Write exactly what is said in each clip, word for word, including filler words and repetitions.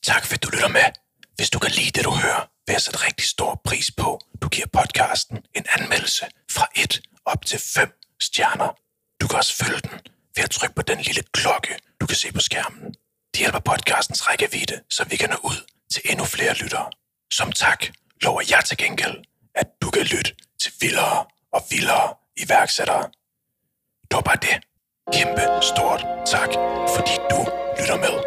Tak fordi du lytter med. Hvis du kan lide det, du hører, vil jeg sætte rigtig stor pris på, du giver podcasten en anmeldelse fra et op til fem stjerner. Du kan også følge den ved at trykke på den lille klokke, du kan se på skærmen. Det hjælper podcastens rækkevidde, så vi kan nå ud til endnu flere lyttere. Som tak lover jeg til gengæld, at du kan lytte til vildere og vildere iværksættere. Det var bare det. Kæmpe stort tak, fordi du lytter med.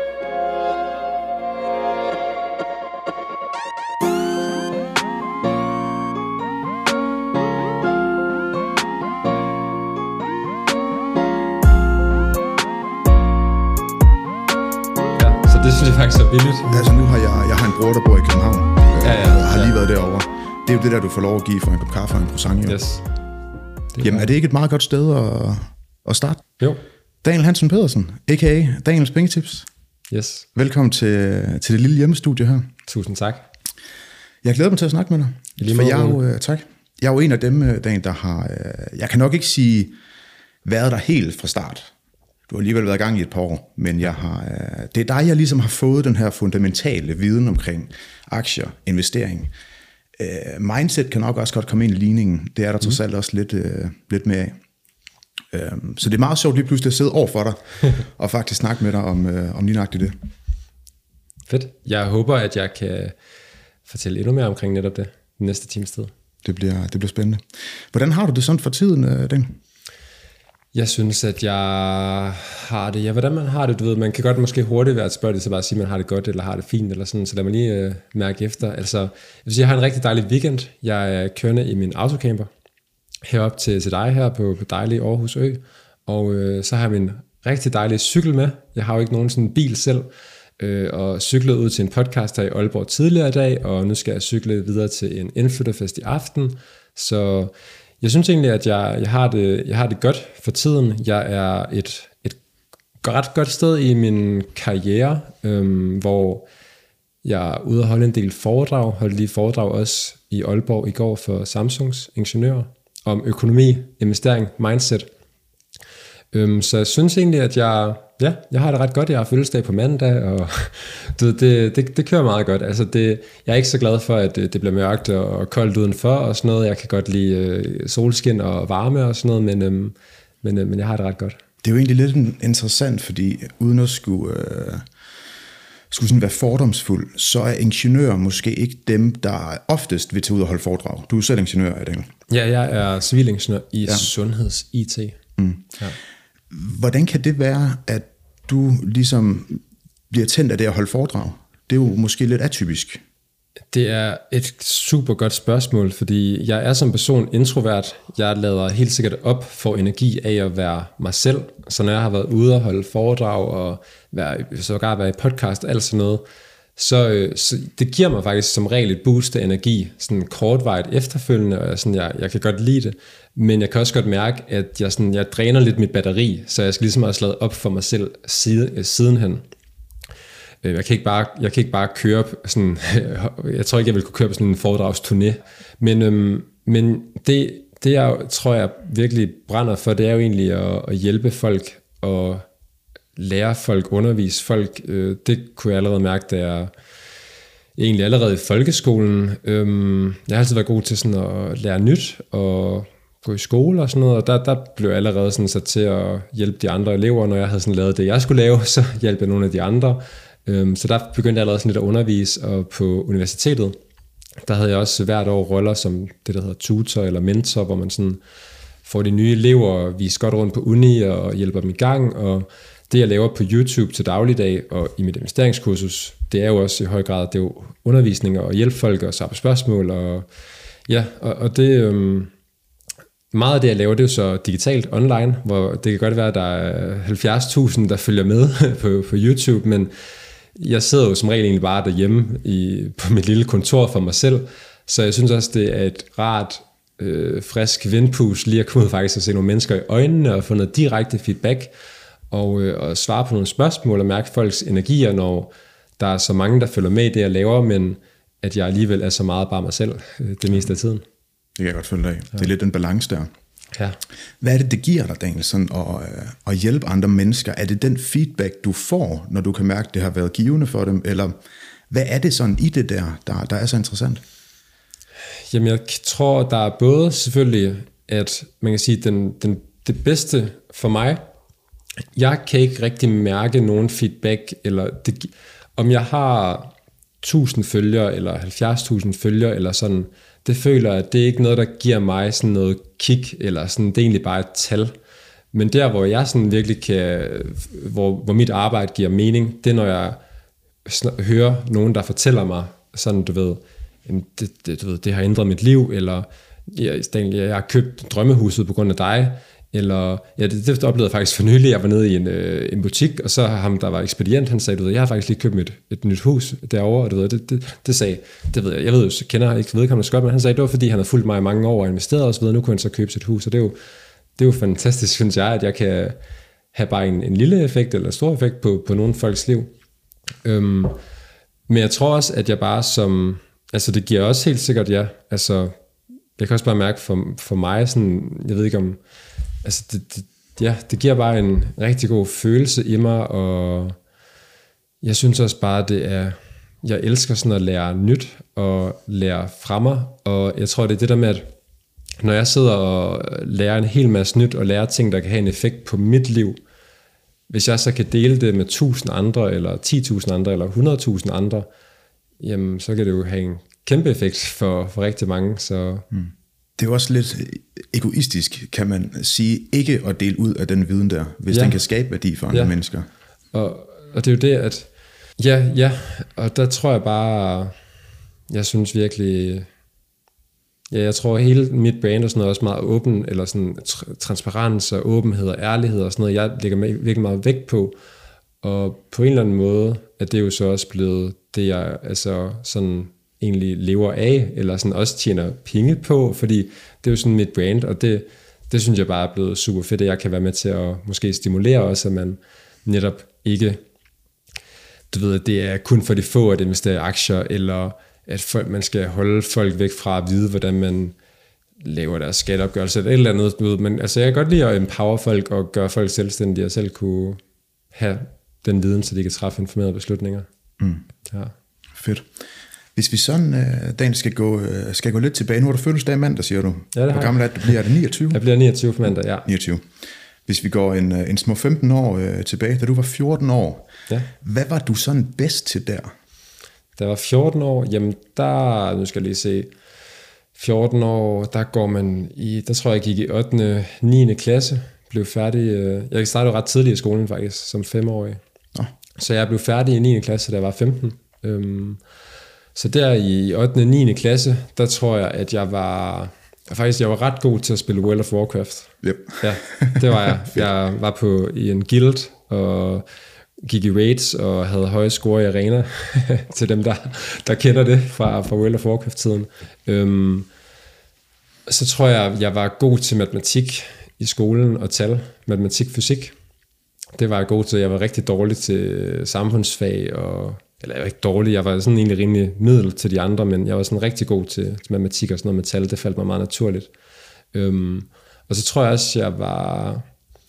Det synes jeg faktisk er billigt. Altså nu har jeg, jeg har en bror, der bor i København. Ja, ja, og har lige ja. været derovre. Det er jo det der, du får lov at give for en kop kaffe og en croissant. Jo. Yes. Det Jamen er det ikke et meget godt sted at, at starte? Jo. Daniel Hansen Pedersen, a k a. Daniels Pengetips. Yes. Velkommen til, til det lille hjemmestudie her. Tusind tak. Jeg glæder mig til at snakke med dig. Lige for jeg er, jo, uh, tak. jeg er jo en af dem, Daniel, der har... Uh, jeg kan nok ikke sige, været der helt fra start. Du har alligevel været i gang i et par år, men jeg har, øh, det er dig, jeg ligesom har fået den her fundamentale viden omkring aktier, investering. Øh, mindset kan nok også godt komme ind i ligningen. Det er der trods alt også lidt, øh, lidt mere af. Øh, så det er meget sjovt lige pludselig at sidde over for dig og faktisk snakke med dig om, øh, om lige nøjagtigt det. Fedt. Jeg håber, at jeg kan fortælle endnu mere omkring netop det næste times tid. Det bliver, det bliver spændende. Hvordan har du det sådan for tiden, øh, Dan? Jeg synes, at jeg har det... Ja, hvordan man har det, du ved, man kan godt måske hurtigt være at spørge det, så bare at sige, at man har det godt, eller har det fint, eller sådan, så lad mig lige øh, mærke efter. Altså, jeg vil sige, jeg har en rigtig dejlig weekend. Jeg er kørende i min autocamper herop til, til dig her på, på dejlige Aarhus Ø, og øh, så har jeg min rigtig dejlige cykel med. Jeg har jo ikke nogen sådan bil selv, øh, og cyklede ud til en podcast her i Aalborg tidligere i dag, og nu skal jeg cykle videre til en indflytterfest i aften, så... Jeg synes egentlig, at jeg, jeg, har det, jeg har det godt for tiden. Jeg er et, et ret godt sted i min karriere, øhm, hvor jeg er ude at holde en del foredrag. Holdt lige foredrag også i Aalborg i går for Samsungs ingeniører om økonomi, investering, mindset. Øhm, så jeg synes egentlig, at jeg, ja, jeg har det ret godt. Jeg har fødselsdag på mandag, og det, det, det, det kører meget godt. Altså det, jeg er ikke så glad for, at det, det bliver mørkt og koldt udenfor og sådan noget. Jeg kan godt lide øh, solskin og varme og sådan noget, men, øhm, men, øh, men jeg har det ret godt. Det er jo egentlig lidt interessant, fordi uden at skulle, øh, skulle sådan være fordomsfuld, så er ingeniører måske ikke dem, der oftest vil tage ud og holde foredrag. Du er selv ingeniør, er det ikke? Ja, jeg er civilingeniør i ja. sundheds-I T. Mm. Ja. Hvordan kan det være, at du ligesom bliver tændt af det at holde foredrag? Det er jo måske lidt atypisk. Det er et super godt spørgsmål, fordi jeg er som person introvert. Jeg lader helt sikkert op for energi af at være mig selv. Så når jeg har været ude og holde foredrag og være, sågar være i podcast og alt sådan noget, så, så det giver mig faktisk som regel et boost af energi, sådan kortvarigt efterfølgende, og sådan, jeg, jeg kan godt lide det, men jeg kan også godt mærke, at jeg, sådan, jeg dræner lidt mit batteri, så jeg skal ligesom have slået op for mig selv side, sidenhen. Jeg kan ikke bare, jeg kan ikke bare køre sådan, jeg tror ikke, jeg vil kunne køre på sådan en foredragsturné, men, øhm, men det, det jeg tror, jeg virkelig brænder for, det er jo egentlig at, at hjælpe folk og lære folk, undervise folk. Øh, det kunne jeg allerede mærke, da jeg egentlig allerede i folkeskolen. Øhm, jeg har altid været god til sådan at lære nyt og gå i skole og sådan noget, og der, der blev jeg allerede sådan sat til at hjælpe de andre elever. Når jeg havde sådan lavet det, jeg skulle lave, så hjalp jeg nogle af de andre. Øhm, så der begyndte jeg allerede sådan lidt at undervise, og på universitetet, der havde jeg også hvert år roller som det, der hedder tutor eller mentor, hvor man sådan får de nye elever og viser godt rundt på uni og hjælper dem i gang, og det jeg laver på YouTube til dagligdag og i mit investeringskursus, det er jo også i høj grad, det er jo undervisning og hjælpe folk og svare på spørgsmål, og ja, og, og det, øhm, meget af det jeg laver, det er jo så digitalt online, hvor det kan godt være, at der er halvfjerds tusind, der følger med på, på YouTube, men jeg sidder jo som regel egentlig bare derhjemme i, på mit lille kontor for mig selv, så jeg synes også, det er et rart, øh, frisk vindpust lige at komme faktisk og se nogle mennesker i øjnene og få noget direkte feedback, og, øh, og svare på nogle spørgsmål og mærke folks energier, når der er så mange, der følger med i det, jeg laver, men at jeg alligevel er så meget bare mig selv øh, det meste af tiden. Det kan jeg godt følge dig af. Ja. Det er lidt en balance der. Ja. Hvad er det, det giver dig, Daniel, sådan at, at hjælpe andre mennesker? Er det den feedback, du får, når du kan mærke, at det har været givende for dem? Eller hvad er det sådan i det der, der, der er så interessant? Jamen, jeg tror, der er både selvfølgelig, at man kan sige, den, den, det bedste for mig, jeg kan ikke rigtig mærke nogen feedback, eller det, om jeg har tusind følgere, eller halvfjerds tusind følgere, eller sådan, det føler jeg, at det er ikke noget, der giver mig sådan noget kick, eller sådan, det er egentlig bare et tal. Men der, hvor jeg sådan virkelig kan, hvor, hvor mit arbejde giver mening, det er, når jeg hører nogen, der fortæller mig, sådan, du ved, det, det, du ved, det har ændret mit liv, eller jeg, jeg har købt drømmehuset på grund af dig, eller ja, det, det oplevede jeg faktisk for nylig. Jeg var nede i en, øh, en butik, og så ham, der var ekspedient, han sagde, du ved, jeg har faktisk lige købt et, et nyt hus derovre, og du ved, det, det, det sagde, det ved jeg, jeg ved jo, jeg kender ikke vedkommende så godt, men han sagde, det var fordi, han havde fulgt mig i mange år og investeret og så videre, nu kunne han så købe sit hus, og det er jo, det er jo fantastisk, synes jeg, at jeg kan have bare en, en lille effekt, eller en stor effekt på, på nogle folks liv. Øhm, men jeg tror også, at jeg bare som, altså det giver også helt sikkert, ja, altså, jeg kan også bare mærke for, for mig, sådan, jeg ved ikke om, altså det, det, ja, det giver bare en rigtig god følelse i mig, og jeg synes også bare, det er, jeg elsker sådan at lære nyt, og lære fra mig, og jeg tror, det er det der med, at når jeg sidder og lærer en hel masse nyt, og lærer ting, der kan have en effekt på mit liv, hvis jeg så kan dele det med tusind andre, eller ti tusind andre, eller hundrede tusind andre, jamen så kan det jo have en kæmpe effekt for, for rigtig mange, så... Hmm. Det er jo også lidt egoistisk, kan man sige, ikke at dele ud af den viden der, hvis ja. Den kan skabe værdi for andre ja. Mennesker. Og, og det er jo det, at ja, ja, og der tror jeg bare, jeg synes virkelig, ja, jeg tror hele mit brand er sådan noget også meget åben, eller sådan transparens og åbenhed og ærlighed og sådan noget, jeg lægger virkelig meget vægt på, og på en eller anden måde, at det er jo så også blevet det, jeg altså sådan egentlig lever af, eller sådan også tjener penge på, fordi det er jo sådan mit brand, og det, det synes jeg bare er blevet super fedt, at jeg kan være med til at måske stimulere også, at man netop ikke, du ved, at det er kun for de få at investere i aktier, eller at folk, man skal holde folk væk fra at vide, hvordan man laver deres skatteopgørelse, eller et eller andet, du ved, men altså jeg kan godt lide at empower folk, og gøre folk selvstændige, og selv kunne have den viden, så de kan træffe informerede beslutninger. Mm. Ja. Fedt. Hvis vi sådan, Daniel, skal gå, skal gå lidt tilbage, nu har du fødselsdag mandag, siger du. Ja, det har Hvor gammel er du? Bliver det niogtyve? Jeg bliver niogtyve på mandag, ja. niogtyve. Hvis vi går en, en små femten år øh, tilbage, da du var fjorten år, ja. Hvad var du sådan bedst til der? Da jeg var fjorten år, jamen der, nu skal jeg lige se, fjorten år, der går man i, der tror jeg, jeg gik i ottende niende klasse, blev færdig, øh, jeg startede ret tidligt i skolen faktisk, som femårig. Oh. Så jeg blev færdig i niende klasse, da jeg var femten. Øhm, Så der i ottende niende klasse, der tror jeg, at jeg var, faktisk jeg var ret god til at spille World of Warcraft. Yep. Ja, det var jeg. Jeg var på i en guild og gik i raids og havde høje score i arena til dem, der, der kender det fra, fra World of Warcraft-tiden. Øhm, så tror jeg, jeg var god til matematik i skolen og tal, matematik, fysik. Det var jeg god til. Jeg var rigtig dårlig til samfundsfag og eller jeg var ikke dårlig, jeg var sådan egentlig rimelig middel til de andre, men jeg var sådan rigtig god til, til matematik og sådan noget med tal, det faldt mig meget naturligt. Øhm, og så tror jeg også, jeg var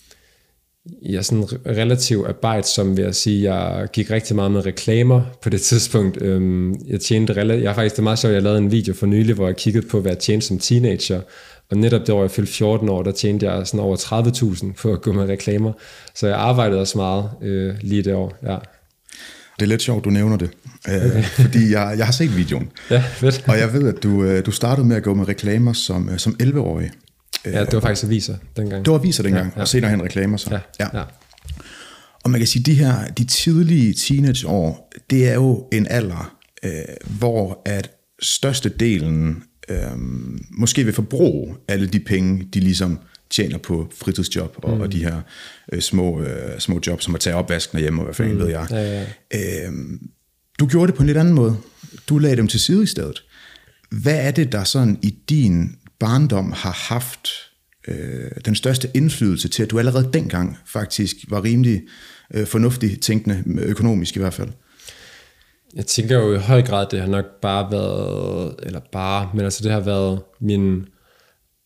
jeg er sådan relativt arbejdsom, vil jeg sige. Jeg gik rigtig meget med reklamer på det tidspunkt. Øhm, jeg tjente relativt, jeg har faktisk, det er meget sjovt, jeg lavede en video for nylig, hvor jeg kiggede på, hvad jeg tjente som teenager, og netop det år, jeg fyldte fjorten år, der tjente jeg sådan over tredive tusind på at gå med reklamer, så jeg arbejdede også meget øh, lige det år, ja. Det er lidt sjovt, du nævner det, okay. øh, fordi jeg, jeg har set videoen, ja, fedt. Og jeg ved, at du, du startede med at gå med reklamer som, som elleve-årig. Ja, det var faktisk aviser dengang. Det var aviser dengang, ja, ja. Og senere hen reklamer så. Ja, ja. Ja. Og man kan sige, at de her de tidlige teenageår, det er jo en alder, øh, hvor at størstedelen øh, måske vil forbruge alle de penge, de ligesom tjener på fritidsjob og, mm. og de her øh, små, øh, små jobs, som at tage opvasken hjemme, og hvad fanden mm. ved jeg. Ja, ja. Øh, du gjorde det på en lidt anden måde. Du lagde dem til side i stedet. Hvad er det, der sådan i din barndom har haft øh, den største indflydelse til, at du allerede dengang faktisk var rimelig øh, fornuftig tænkende, økonomisk i hvert fald? Jeg tænker jo i høj grad, det har nok bare været, eller bare, men altså det har været min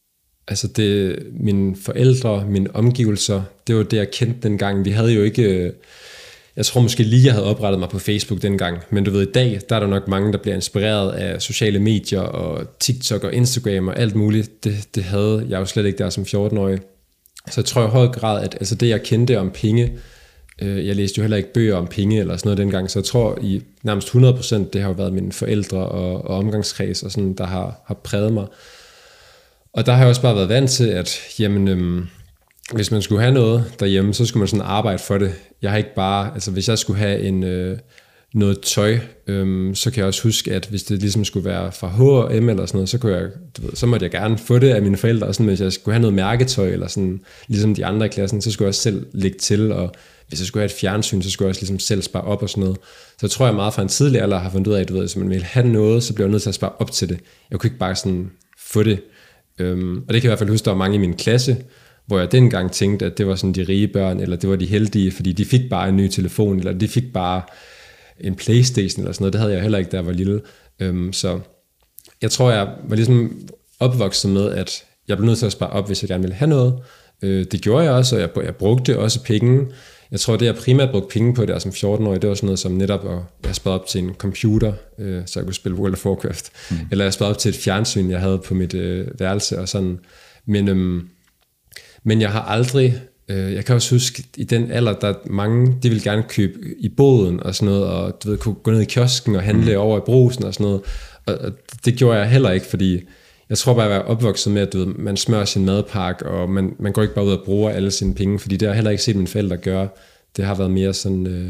Altså det, mine forældre, mine omgivelser, det var det, jeg kendte dengang. Vi havde jo ikke... Jeg tror måske lige, jeg havde oprettet mig på Facebook dengang, men du ved, i dag, der er der nok mange, der bliver inspireret af sociale medier og TikTok og Instagram og alt muligt. Det, det havde jeg jo slet ikke der som fjorten-årig. Så jeg tror i høj grad, at altså det, jeg kendte om penge, øh, jeg læste jo heller ikke bøger om penge eller sådan noget dengang, så jeg tror i nærmest hundrede procent, det har jo været mine forældre og, og omgangskreds, og sådan, der har, har præget mig. Og der har jeg også bare været vant til, at jamen... Øhm, hvis man skulle have noget derhjemme, så skulle man sådan arbejde for det. Jeg har ikke bare, altså hvis jeg skulle have en, øh, noget tøj, øhm, så kan jeg også huske, at hvis det ligesom skulle være fra H og M eller sådan noget, så, kunne jeg, du ved, så måtte jeg gerne få det af mine forældre. Og sådan, hvis jeg skulle have noget mærketøj, eller sådan, ligesom de andre i klassen, så skulle jeg også selv lægge til, og hvis jeg skulle have et fjernsyn, så skulle jeg også ligesom selv spare op og sådan noget. Så jeg tror, jeg meget fra en tidlig alder har fundet ud af, at du ved, hvis man vil have noget, så bliver jeg nødt til at spare op til det. Jeg kunne ikke bare sådan få det. Øhm, og det kan jeg i hvert fald huske, der var mange i min klasse, hvor jeg dengang tænkte, at det var sådan de rige børn, eller det var de heldige, fordi de fik bare en ny telefon, eller de fik bare en PlayStation, eller sådan noget. Det havde jeg heller ikke, da jeg var lille. Øhm, så jeg tror, jeg var ligesom opvokset med, at jeg blev nødt til at spare op, hvis jeg gerne ville have noget. Øh, det gjorde jeg også, og jeg, jeg brugte også penge. Jeg tror, det jeg primært brugte penge på der som fjorten-årig, det var sådan noget som netop, at jeg sparede op til en computer, øh, så jeg kunne spille World of Warcraft. Mm. Eller jeg sparede op til et fjernsyn, jeg havde på mit øh, værelse og sådan. Men... Øhm, Men jeg har aldrig, øh, jeg kan også huske, i den alder, der mange, de vil gerne købe i boden og sådan noget, og du ved, kunne gå ned i kiosken og handle mm. over i brusen og sådan noget, og, og det gjorde jeg heller ikke, fordi jeg tror bare, at jeg var opvokset med, at du ved, man smører sin madpakke, og man, man går ikke bare ud og bruger alle sine penge, fordi det har jeg heller ikke set mine forældre gøre. Det har været mere sådan, øh,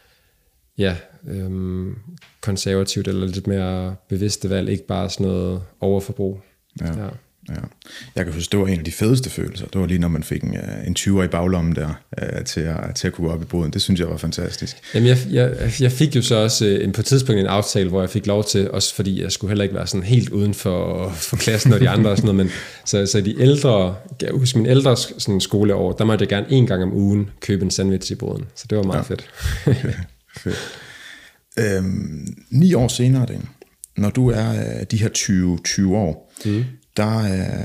ja, øh, konservativt, eller lidt mere bevidste valg, ikke bare sådan noget overforbrug. Ja. Ja. Ja. Jeg kan huske, det var en af de fedeste følelser. Det var lige, når man fik en, en tyver i baglommen der, uh, til, at, til at kunne gå op i boden. Det synes jeg var fantastisk. Jamen, jeg, jeg, jeg fik jo så også en, på et tidspunkt en aftale, hvor jeg fik lov til, også fordi jeg skulle heller ikke være sådan helt uden for, for klassen og de andre og sådan noget, men så, så de ældre, jeg husker min ældre sådan skoleår, der måtte jeg gerne en gang om ugen købe en sandwich i boden. Så det var meget ja. fedt. Okay. Fedt. Øhm, ni år senere, Dan, når du er uh, de her tyve, tyve år, mm. Der,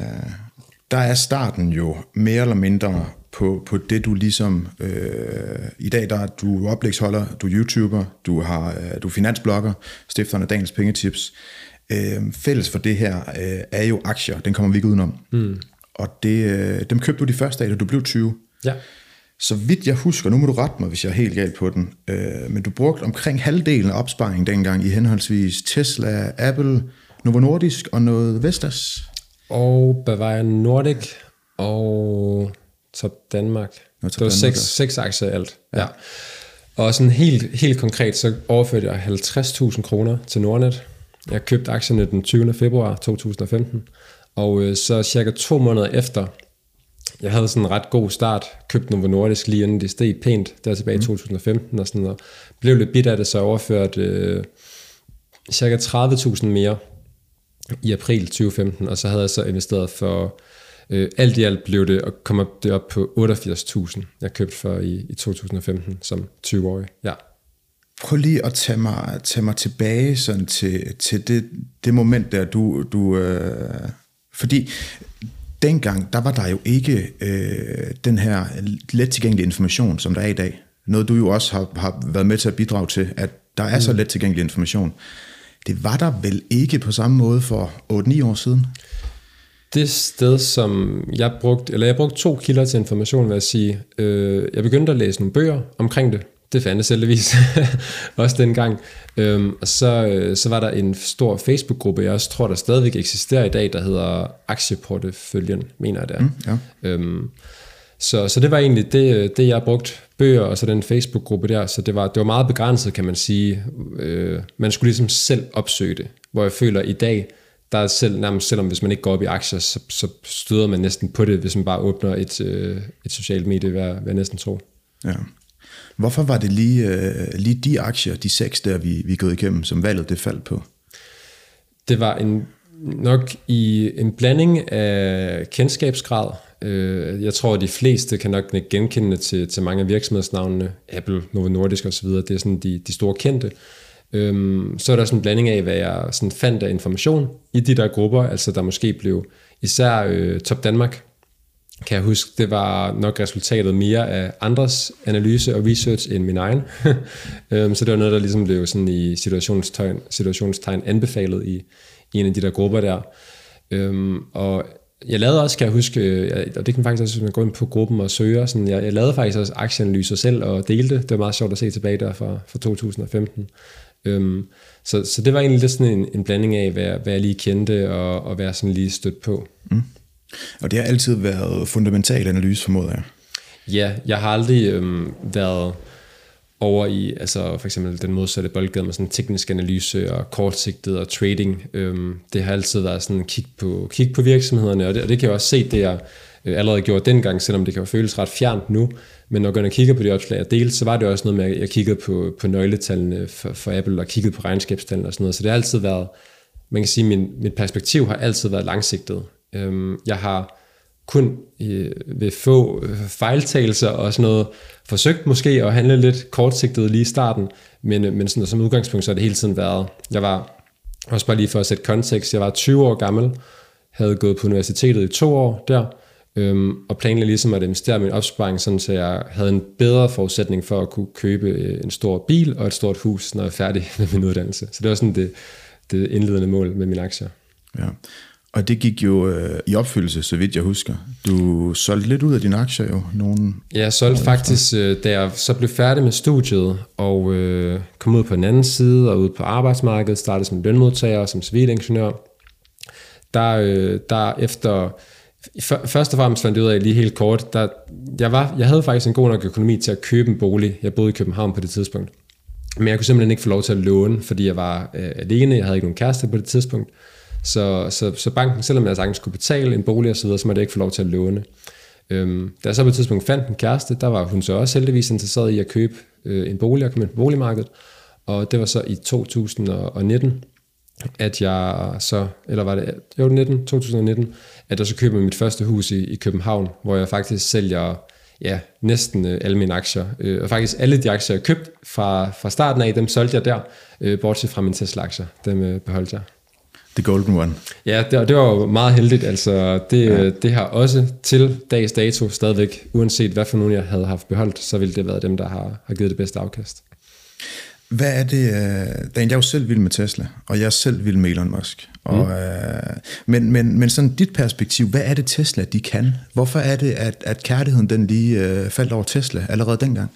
der er starten jo mere eller mindre på, på det, du ligesom... Øh, I dag der er du oplægsholder, du er YouTuber, du, har, du er finansblogger, stifteren af Dagens Pengetips. Øh, fælles for det her øh, er jo aktier, den kommer vi ikke udenom. Mm. Og det, øh, dem købte du de første af, da du blev tyve. Ja. Så vidt jeg husker, nu må du rette mig, hvis jeg er helt galt på den, øh, men du brugte omkring halvdelen af opsparingen dengang i henholdsvis Tesla, Apple, Novo Nordisk og noget Vestas. Og Bavarian Nordic og Top Danmark. Top det var seks, seks aktier i alt. Ja. Ja. Og sådan helt, helt konkret, så overførte jeg halvtreds tusind kroner til Nordnet. Jeg købte aktierne den tyvende februar to tusind og femten. Og øh, så cirka to måneder efter, jeg havde sådan en ret god start, købte Novo Nordisk lige inden det steg pænt, der tilbage i mm. to tusind og femten, og sådan, og blev lidt bit af det, så overførte øh, cirka tredive tusind mere i april tyve femten, og så havde jeg så investeret for, øh, alt i alt blev det, og kom op, det op på otteogfirs tusind, jeg købte for i, i to tusind og femten som tyve-årig. Ja. Prøv lige at tage mig, tage mig tilbage sådan til, til det, det moment, der du... du øh, fordi dengang, der var der jo ikke øh, den her let tilgængelige information, som der er i dag. Noget du jo også har, har været med til at bidrage til, at der er mm. så let tilgængelig information. Det var der vel ikke på samme måde for otte ni år siden? Det sted, som jeg brugte, eller jeg brugte to kilder til information, vil jeg sige. Øh, jeg begyndte at læse nogle bøger omkring det. Det fandtes heldigvis også dengang. Øhm, og så, øh, så var der en stor Facebook-gruppe, jeg også tror, der stadigvæk eksisterer i dag, der hedder Aktieporteføljen, mener jeg det er. Mm, ja. øhm, så, så det var egentlig det, det jeg brugte, bøger og så den Facebook-gruppe der. Så det var, det var meget begrænset, kan man sige. Øh, man skulle ligesom selv opsøge det. Hvor jeg føler i dag, der er selv, nærmest selvom hvis man ikke går op i aktier, så, så støder man næsten på det, hvis man bare åbner et, øh, et socialt medie, vil jeg, vil jeg næsten tro. Ja. Hvorfor var det lige, øh, lige de aktier, de seks der, vi, vi er gået igennem, som valget det faldt på? Det var en, nok i en blanding af kendskabsgrad. Jeg tror, at de fleste kan nok genkende til, til mange af virksomhedsnavnene, Apple, Novo Nordisk osv. Det er sådan de, de store kendte. Øhm, så er der sådan en blanding af, hvad jeg sådan fandt af information i de der grupper, altså der måske blev især øh, Top Danmark, kan jeg huske, det var nok resultatet mere af andres analyse og research end min egen. øhm, så det var noget, der ligesom blev sådan i situationstegn, situationstegn anbefalet i, i en af de der grupper der. Øhm, og jeg lavede også, kan jeg huske, jeg, og det kan faktisk også, hvis man går ind på gruppen og søger, sådan, jeg, jeg lavede faktisk også aktieanalyser selv og delte. Det var meget sjovt at se tilbage der fra, fra to tusind og femten. Øhm, så, så det var egentlig lidt sådan en, en blanding af, hvad, hvad jeg lige kendte og, og hvad jeg sådan lige stødt på. Mm. Og det har altid været fundamental analyse, formoder jeg. Ja, jeg har aldrig øhm, været over i, altså for eksempel den modsatte boldgade med sådan teknisk analyse og kortsigtet og trading. Øhm, det har altid været sådan en kig på, kig på virksomhederne, og det, og det kan jeg også se, det jeg øh, allerede gjorde dengang, selvom det kan jo føles ret fjernt nu. Men når jeg kigger på de opslag, jeg delte, så var det også noget med, at jeg kiggede på, på nøgletallene for, for Apple og kiggede på regnskabstallene og sådan noget. Så det har altid været, man kan sige, min, mit perspektiv har altid været langsigtet. Øhm, jeg har kun øh, ved få øh, fejltagelser og sådan noget forsøgt måske at handle lidt kortsigtet lige i starten, men, øh, men sådan, som udgangspunkt så har det hele tiden været, jeg var, også bare lige for at sætte kontekst, jeg var tyve år gammel, havde gået på universitetet i to år der, øhm, og planlagde ligesom at investere min opsparing, sådan så jeg havde en bedre forudsætning for at kunne købe øh, en stor bil og et stort hus, når jeg er færdig med min uddannelse. Så det var sådan det, det indledende mål med mine aktier. Ja. Og det gik jo øh, i opfyldelse, så vidt jeg husker. Du solgte lidt ud af dine aktier jo. Nogen jeg solgte faktisk, øh, da jeg så blev færdig med studiet, og øh, kom ud på den anden side, og ud på arbejdsmarkedet, startede som lønmodtager, som civilingeniør. Der, øh, der efter, for, først og fremmest fandt jeg ud af lige helt kort, der, jeg, var, jeg havde faktisk en god nok økonomi til at købe en bolig. Jeg boede i København på det tidspunkt. Men jeg kunne simpelthen ikke få lov til at låne, fordi jeg var øh, alene, jeg havde ikke nogen kæreste på det tidspunkt. Så, så, så banken, selvom jeg sagtens skulle betale en bolig og så videre, så måtte jeg ikke få lov til at låne. Øhm, da jeg så på et tidspunkt fandt en kæreste, der var hun så også heldigvis interesseret i at købe øh, en bolig og komme ind på boligmarkedet. Og det var så i to tusind og nitten, at jeg så, eller var det, jo nitten, to tusind og nitten, at jeg så køber mit første hus i, i København, hvor jeg faktisk sælger ja, næsten øh, alle mine aktier. Øh, og faktisk alle de aktier, jeg købte fra, fra starten af, dem solgte jeg der, øh, bortset fra mine Tesla-aktier. Dem øh, beholdt jeg. The golden one. Ja, det, det var jo meget heldigt. Altså, det, ja. det har også til dags dato stadigvæk, uanset hvad for nogen jeg havde haft beholdt, så ville det være dem, der har, har givet det bedste afkast. Hvad er det, Dan, jeg er jo selv vild med Tesla, og jeg er selv vild med Elon Musk. Og, mm. øh, men, men, men sådan dit perspektiv, hvad er det Tesla, de kan? Hvorfor er det, at, at kærligheden den lige øh, faldt over Tesla allerede dengang?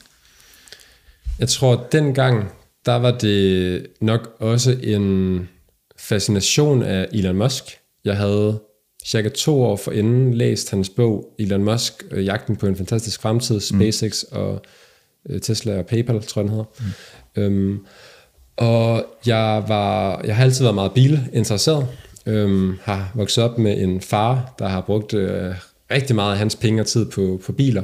Jeg tror, at dengang, der var det nok også en fascination af Elon Musk. Jeg havde cirka to år forinden læst hans bog, Elon Musk, Jagten på en fantastisk fremtid, SpaceX mm. og øh, Tesla og PayPal, tror jeg den hedder. Mm. Øhm, og jeg, var, jeg har altid været meget bilinteresseret. Øhm, har vokset op med en far, der har brugt øh, rigtig meget af hans penge og tid på, på biler.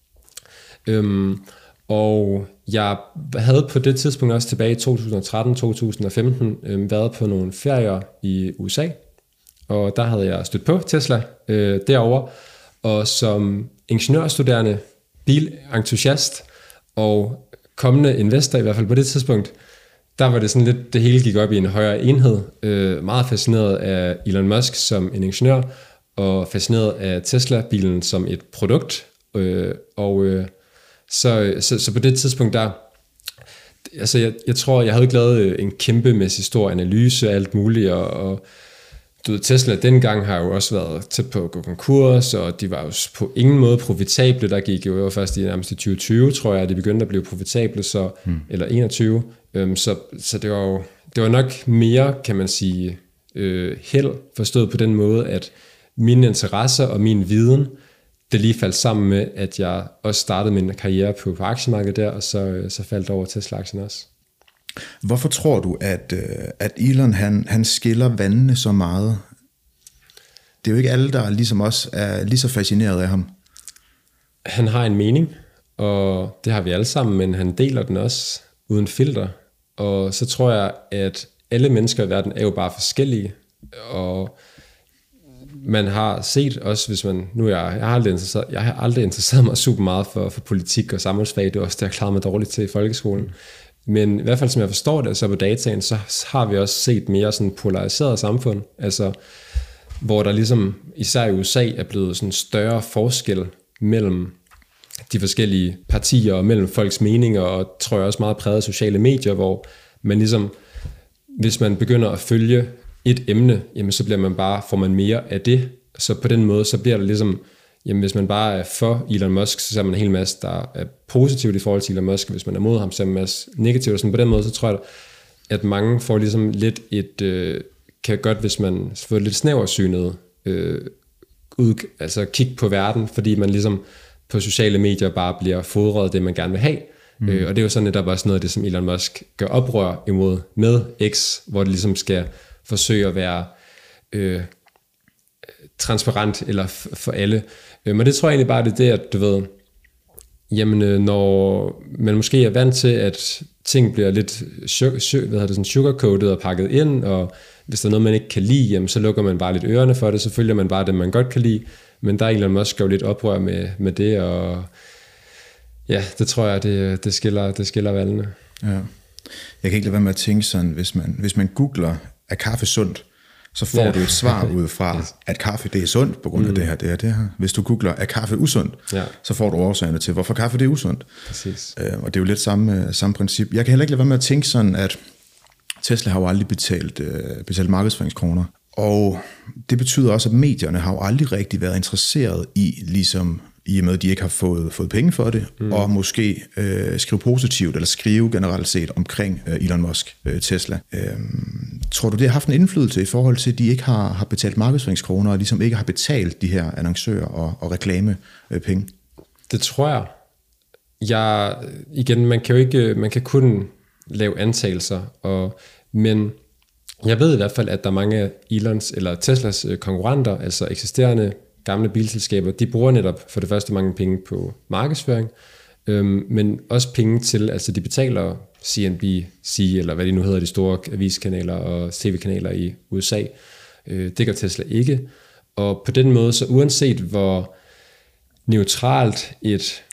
Øhm, og jeg havde på det tidspunkt også tilbage i to tusind og tretten til to tusind og femten øh, været på nogle ferier i U S A, og der havde jeg stødt på Tesla øh, derovre, og som ingeniørstuderende, bilentusiast og kommende investor, i hvert fald på det tidspunkt, der var det sådan lidt, det hele gik op i en højere enhed. Øh, meget fascineret af Elon Musk som en ingeniør, og fascineret af Tesla-bilen som et produkt, øh, og øh, Så, så, så på det tidspunkt der, altså jeg, jeg tror, jeg havde ikke lavet en kæmpemæssig stor analyse af alt muligt, og, og du ved, Tesla dengang har jo også været tæt på at gå konkurs, og de var jo på ingen måde profitable. Der gik jo først i nærmest i tyve tyve, tror jeg, at de begyndte at blive profitable, så, hmm. eller enogtyve. Øhm, så, så det var jo det var nok mere, kan man sige, øh, held forstået på den måde, at mine interesser og min viden, det lige faldt sammen med, at jeg også startede min karriere på, på aktiemarkedet der, og så, så faldt over Tesla-aktien også. Hvorfor tror du, at, at Elon han, han skiller vandene så meget? Det er jo ikke alle, der ligesom os er lige så fascineret af ham. Han har en mening, og det har vi alle sammen, men han deler den også uden filter. Og så tror jeg, at alle mennesker i verden er jo bare forskellige, og man har set også, hvis man, nu er jeg, jeg har aldrig interesseret, jeg har aldrig interesseret mig super meget for, for politik og samfundsfag, det er også det, jeg klarede mig dårligt til i folkeskolen. Men i hvert fald, som jeg forstår det, så på dataen, så har vi også set mere sådan polariseret samfund, altså hvor der ligesom, især i U S A, er blevet sådan større forskel mellem de forskellige partier og mellem folks meninger, og tror jeg også meget præget af sociale medier, hvor man ligesom, hvis man begynder at følge et emne, jamen så bliver man bare, får man mere af det. Så på den måde, så bliver der ligesom, jamen hvis man bare er for Elon Musk, så ser man en hel masse, der er positivt i forhold til Elon Musk. Hvis man er mod ham, så er man en masse negativt. Så på den måde, så tror jeg, at mange får ligesom lidt et, øh, kan godt, hvis man får lidt snæversynet, øh, ud, altså kigge på verden, fordi man ligesom på sociale medier bare bliver fodret det, man gerne vil have. Mm. Øh, og det er jo sådan netop også noget af det, som Elon Musk gør oprør imod med X, hvor det ligesom skal forsøge at være øh, transparent eller f- for alle. Øh, men det tror jeg egentlig bare, det er det, at du ved, jamen øh, når man måske er vant til, at ting bliver lidt sugar, sugar, hvad hedder det, sådan sugarcoated og pakket ind, og hvis der er noget, man ikke kan lide, jamen, så lukker man bare lidt ørerne for det, så følger man bare det, man godt kan lide. Men der er Elon Musk jo lidt oprør med, med det, og ja, det tror jeg, det, det, skiller, det skiller valgene. Ja. Jeg kan ikke lade være med at tænke sådan, hvis man, hvis man googler, er kaffe sundt, så får ja. du et svar ud fra, at kaffe det er sundt, på grund af mm. det her, det her, det her. Hvis du googler, er kaffe usundt, ja. så får du årsagerne til, hvorfor kaffe det er usundt. Præcis. Øh, og det er jo lidt samme, samme princip. Jeg kan heller ikke lade være med at tænke sådan, at Tesla har jo aldrig betalt, øh, betalt markedsføringskroner. Og det betyder også, at medierne har jo aldrig rigtig været interesseret i, ligesom i og med, at de ikke har fået, fået penge for det, mm. og måske øh, skrive positivt, eller skrive generelt set omkring øh, Elon Musk, øh, Tesla. Øh, tror du, det har haft en indflydelse i forhold til, at de ikke har, har betalt markedsføringskroner, og ligesom ikke har betalt de her annoncører og, og reklamepenge? Det tror jeg. Jeg. Igen, man kan jo ikke, man kan kun lave antagelser, og, men jeg ved i hvert fald, at der er mange af Elons eller Teslas konkurrenter, altså eksisterende gamle bilselskaber, de bruger netop for det første mange penge på markedsføring, øhm, men også penge til, altså de betaler C N B C, eller hvad de nu hedder, de store aviskanaler og tv-kanaler i U S A. Øh, det gør Tesla ikke. Og på den måde, så uanset hvor neutralt et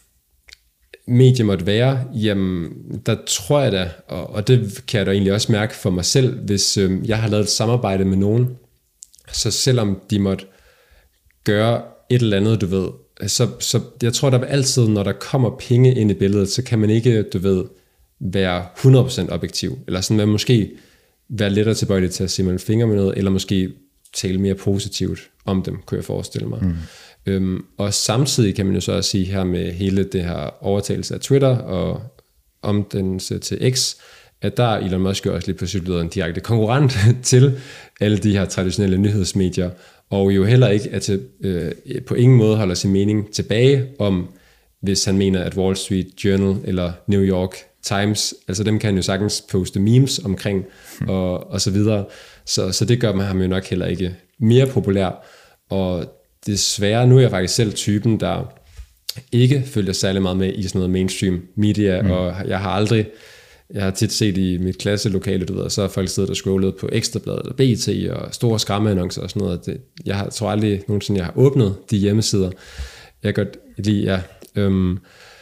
medie måtte være, jamen der tror jeg da, og, og det kan jeg da egentlig også mærke for mig selv, hvis øh, jeg har lavet et samarbejde med nogen, så selvom de måtte gøre et eller andet, du ved, så, så jeg tror, der vil altid, når der kommer penge ind i billedet, så kan man ikke, du ved, være hundrede procent objektiv, eller sådan, man måske være lettere tilbøjelig til at se mellem fingre med noget, eller måske tale mere positivt om dem, kunne jeg forestille mig. Mm. Øhm, og samtidig kan man jo så også sige her med hele det her overtagelse af Twitter og omdannelse til X, at der er Elon Musk også lige pludselig blevet en direkte konkurrent til alle de her traditionelle nyhedsmedier, og jo heller ikke at til, øh, på ingen måde holder sin mening tilbage om, hvis han mener, at Wall Street Journal eller New York Times, altså dem kan han jo sagtens poste memes omkring, hmm. og, og så videre. Så, så det gør man ham jo nok heller ikke mere populær. Og desværre, nu er jeg faktisk selv typen, der ikke følger særlig meget med i sådan noget mainstream media, hmm. og jeg har aldrig, jeg har tit set i mit klasselokale, du ved, så er folk siddet og scrollet på Ekstrabladet eller B T og store skræmmeannoncer og sådan noget. Det, jeg har, tror aldrig nogensinde, jeg har åbnet de hjemmesider. Jeg kan godt lide, ja. Øhm,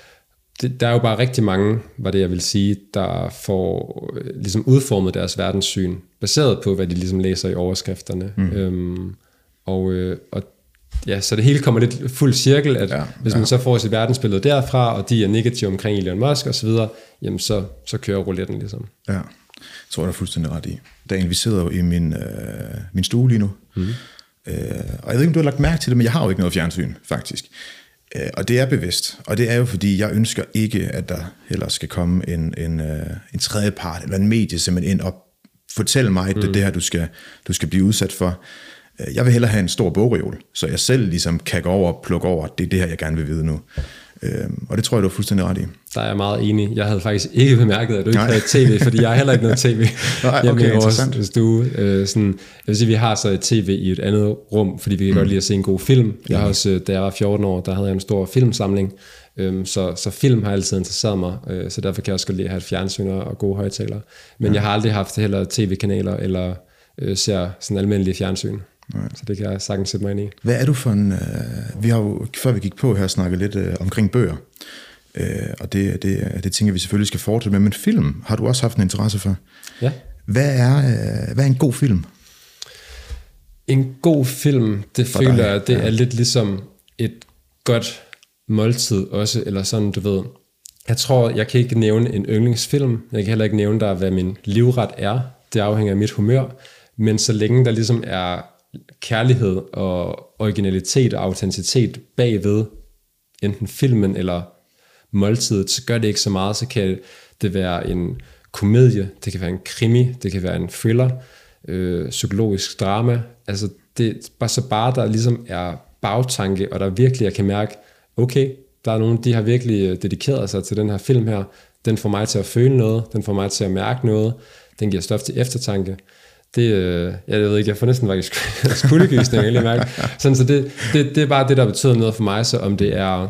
det, der er jo bare rigtig mange, var det jeg vil sige, der får ligesom udformet deres verdenssyn, baseret på, hvad de ligesom læser i overskrifterne. Mm. Øhm, og, øh, og ja, så det hele kommer lidt fuld cirkel, at ja, hvis man ja. så får sit verdensbillede derfra, og de er negative omkring Elon Musk og så videre, jamen så, så kører rouletten ligesom. Ja, jeg tror jeg er fuldstændig ret i. Daniel, vi sidder jo i min, øh, min stue lige nu, mm. øh, og jeg ved ikke, om du har lagt mærke til det, men jeg har jo ikke noget fjernsyn, faktisk. Øh, og det er bevidst, og det er jo fordi, jeg ønsker ikke, at der heller skal komme en, en, øh, en tredje part, eller en medie simpelthen ind og fortælle mig, at det er det her, du skal, du skal blive udsat for. Jeg vil hellere have en stor bogreol, så jeg selv ligesom kan gå over og plukke over, det er det her, jeg gerne vil vide nu. Øhm, og det tror jeg, du er fuldstændig ret i. Der er jeg meget enig. Jeg havde faktisk ikke bemærket, at du ikke Nej. havde tv, fordi jeg har heller ikke noget tv. Nej, okay, hjemme i vores stue. Øh, sådan, jeg vil sige, vi har så et tv i et andet rum, fordi vi kan mm. godt lide at se en god film. Jeg har også, da jeg var fjorten år, der havde jeg en stor filmsamling, øhm, så, så film har altid interesseret mig, øh, så derfor kan jeg også godt lide at have et fjernsyn og gode højtalere. Men ja. jeg har aldrig haft heller tv-kanaler, eller øh, ser sådan almindelige fjernsyn. Nej. Så det kan jeg sagtens sætte mig ind i. Hvad er du for en... Øh, vi har jo, før vi gik på her, snakket lidt øh, omkring bøger. Øh, og det, det, det tænker vi selvfølgelig skal fortsætte med. Men film har du også haft en interesse for. Ja. Hvad er, øh, hvad er en god film? En god film, det For føler dig, jeg, det ja. er lidt ligesom et godt måltid også, eller sådan, du ved. Jeg tror, jeg kan ikke nævne en yndlingsfilm. Jeg kan heller ikke nævne der, hvad min livret er. Det afhænger af mit humør. Men så længe der ligesom er kærlighed og originalitet og autenticitet bagved, enten filmen eller måltidet, så gør det ikke så meget. Så kan det være en komedie, det kan være en krimi, det kan være en thriller, øh, psykologisk drama. Altså det bare så bare der ligesom er bagtanke, og der virkelig jeg kan mærke, okay, der er nogen, de har virkelig dedikeret sig til den her film her. Den får mig til at føle noget, den får mig til at mærke noget, den giver stof til eftertanke. Det, øh, jeg ved ikke, jeg får næsten faktisk skuldegysning, jeg mærke. Sådan, så det, det, det er bare det, der betyder noget for mig, så om det er,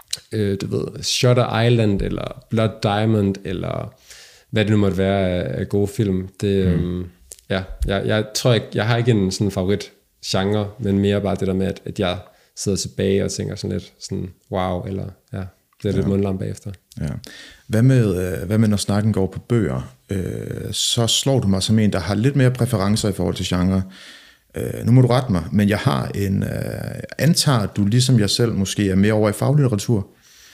øh, du ved, Shutter Island, eller Blood Diamond, eller hvad det nu måtte være af, af gode film. Det, mm. øh, ja, jeg, jeg tror ikke, jeg har ikke en sådan favorit genre, men mere bare det der med, at, at jeg sidder tilbage og tænker sådan lidt sådan, wow, eller ja, det er lidt ja. mundlam bagefter. Ja. Hvad med, hvad med, når snakken går på bøger? Øh, så slår du mig som en, der har lidt mere præferencer i forhold til genre. Øh, nu må du rette mig, men jeg har en, øh, antager, at du ligesom jeg selv måske er mere over i faglitteratur.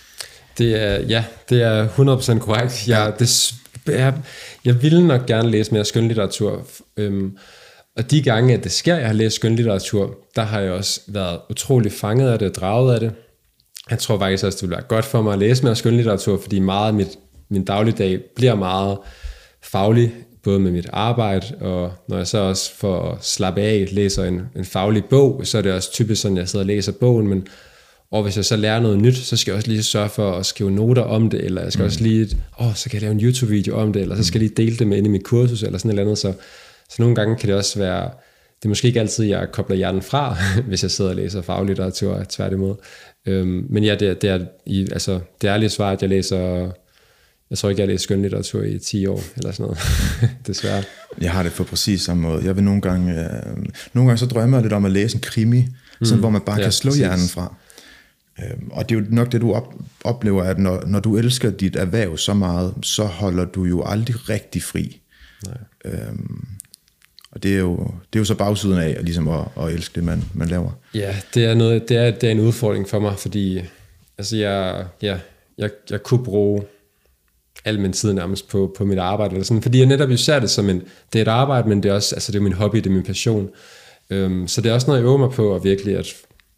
Det er, ja, det er hundrede procent korrekt. Jeg, det, jeg, jeg ville nok gerne læse mere skønlitteratur. Øhm, og de gange, at det sker, jeg har læst skønlitteratur, der har jeg også været utrolig fanget af det, draget af det. Jeg tror faktisk også, det ville være godt for mig at læse mere skønlitteratur, fordi meget af mit, min dagligdag bliver meget faglig, både med mit arbejde, og når jeg så også for at slappe af læser en, en faglig bog, så er det også typisk sådan, at jeg sidder og læser bogen, men og hvis jeg så lærer noget nyt, så skal jeg også lige sørge for at skrive noter om det, eller jeg skal mm. også lige, åh, så kan jeg lave en YouTube-video om det, eller så skal jeg lige dele det med inde i mit kursus, eller sådan et eller andet, så, så nogle gange kan det også være, det er måske ikke altid, jeg kobler hjernen fra, hvis jeg sidder og læser faglitteratur, tværtimod. Øhm, men ja, det, det er i, altså, det ærlige svar, at jeg læser, jeg tror ikke, jeg læser skønlitteratur i ti år, eller sådan noget, desværre. Jeg har det på præcis samme måde. Jeg vil nogle gange, øh, nogle gange så drømmer jeg lidt om at læse en krimi, mm. sådan, hvor man bare ja, kan slå præcis. hjernen fra. Øhm, og det er jo nok det, du op, oplever, at når, når du elsker dit erhverv så meget, så holder du jo aldrig rigtig fri. Nej. Øhm, og det er, jo, det er jo så bagsiden af ligesom at, at elske det, man, man laver. Ja, det er, noget, det, er, det er en udfordring for mig, fordi altså jeg, ja, jeg, jeg kunne bruge al min tid nærmest på, på mit arbejde, eller sådan, fordi jeg netop jo ser det som en, det er et arbejde, men det er også, altså det er min hobby, det er min passion. Øhm, så det er også noget, jeg øver mig på, at virkelig at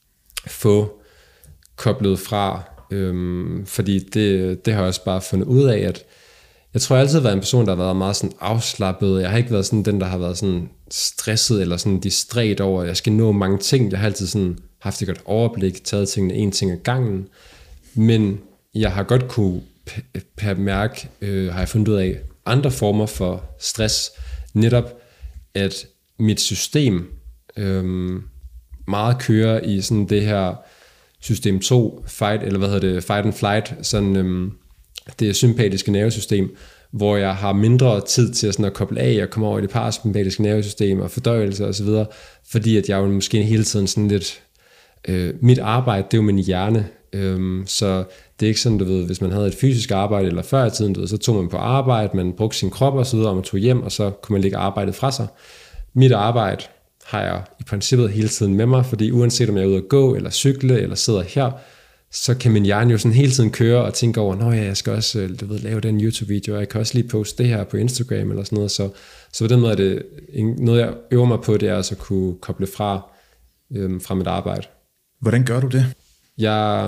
få koblet fra, øhm, fordi det, det har jeg også bare fundet ud af, at jeg tror jeg altid har været en person, der har været meget sådan afslappet. Jeg har ikke været sådan den, der har været sådan stresset eller sådan distræt over, at jeg skal nå mange ting. Jeg har altid sådan haft et godt overblik, taget tingene en ting ad gangen. Men jeg har godt kunne per mærke, øh, har jeg fundet ud af andre former for stress. Netop at mit system øh, meget kører i sådan det her system to, fight, eller hvad hedder det, fight and flight, sådan øhm, det sympatiske nervesystem, hvor jeg har mindre tid til sådan at koble af og komme over i det parasympatiske nervesystem og fordøjelse og så videre, fordi at jeg jo måske hele tiden sådan lidt, øh, mit arbejde, det er jo min hjerne, øhm, så det er ikke sådan, du ved, hvis man havde et fysisk arbejde, eller før i tiden, du ved, så tog man på arbejde, man brugte sin krop og så videre, og man tog hjem, og så kunne man lægge arbejdet fra sig. Mit arbejde har jeg i princippet hele tiden med mig, fordi uanset om jeg er ude at gå, eller cykle, eller sidder her, så kan min hjerne jo sådan hele tiden køre og tænke over, nå ja, jeg skal også du ved, lave den YouTube-video, og jeg kan også lige poste det her på Instagram, eller sådan noget, så, så på den måde er det noget, jeg øver mig på, det er altså at kunne koble fra, øhm, fra mit arbejde. Hvordan gør du det? Jeg,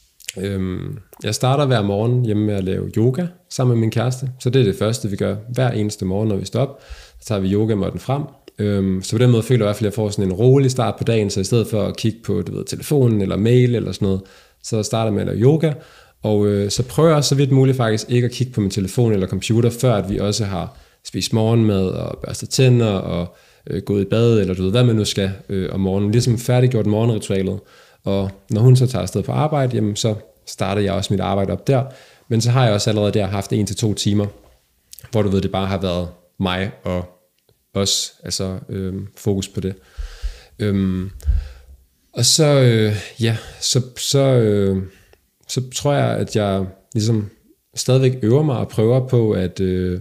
øhm, jeg starter hver morgen hjemme med at lave yoga sammen med min kæreste, så det er det første, vi gør hver eneste morgen, når vi står op, så tager vi yogamåtten frem. Øhm, så på den måde føler jeg i hvert fald, at jeg får sådan en rolig start på dagen, så i stedet for at kigge på du ved, telefonen eller mail eller sådan noget, så starter jeg med at lave yoga, og øh, så prøver jeg så vidt muligt faktisk ikke at kigge på min telefon eller computer, før at vi også har spist morgenmad og børstet tænder og øh, gået i bad, eller du ved, hvad man nu skal øh, om morgenen, ligesom færdiggjort morgenritualet, og når hun så tager afsted på arbejde, jamen så starter jeg også mit arbejde op der, men så har jeg også allerede der haft en til to timer, hvor du ved, det bare har været mig og også, altså øh, fokus på det. Øhm, og så, øh, ja, så, så, øh, så tror jeg, at jeg ligesom stadigvæk øver mig og prøver på at øh,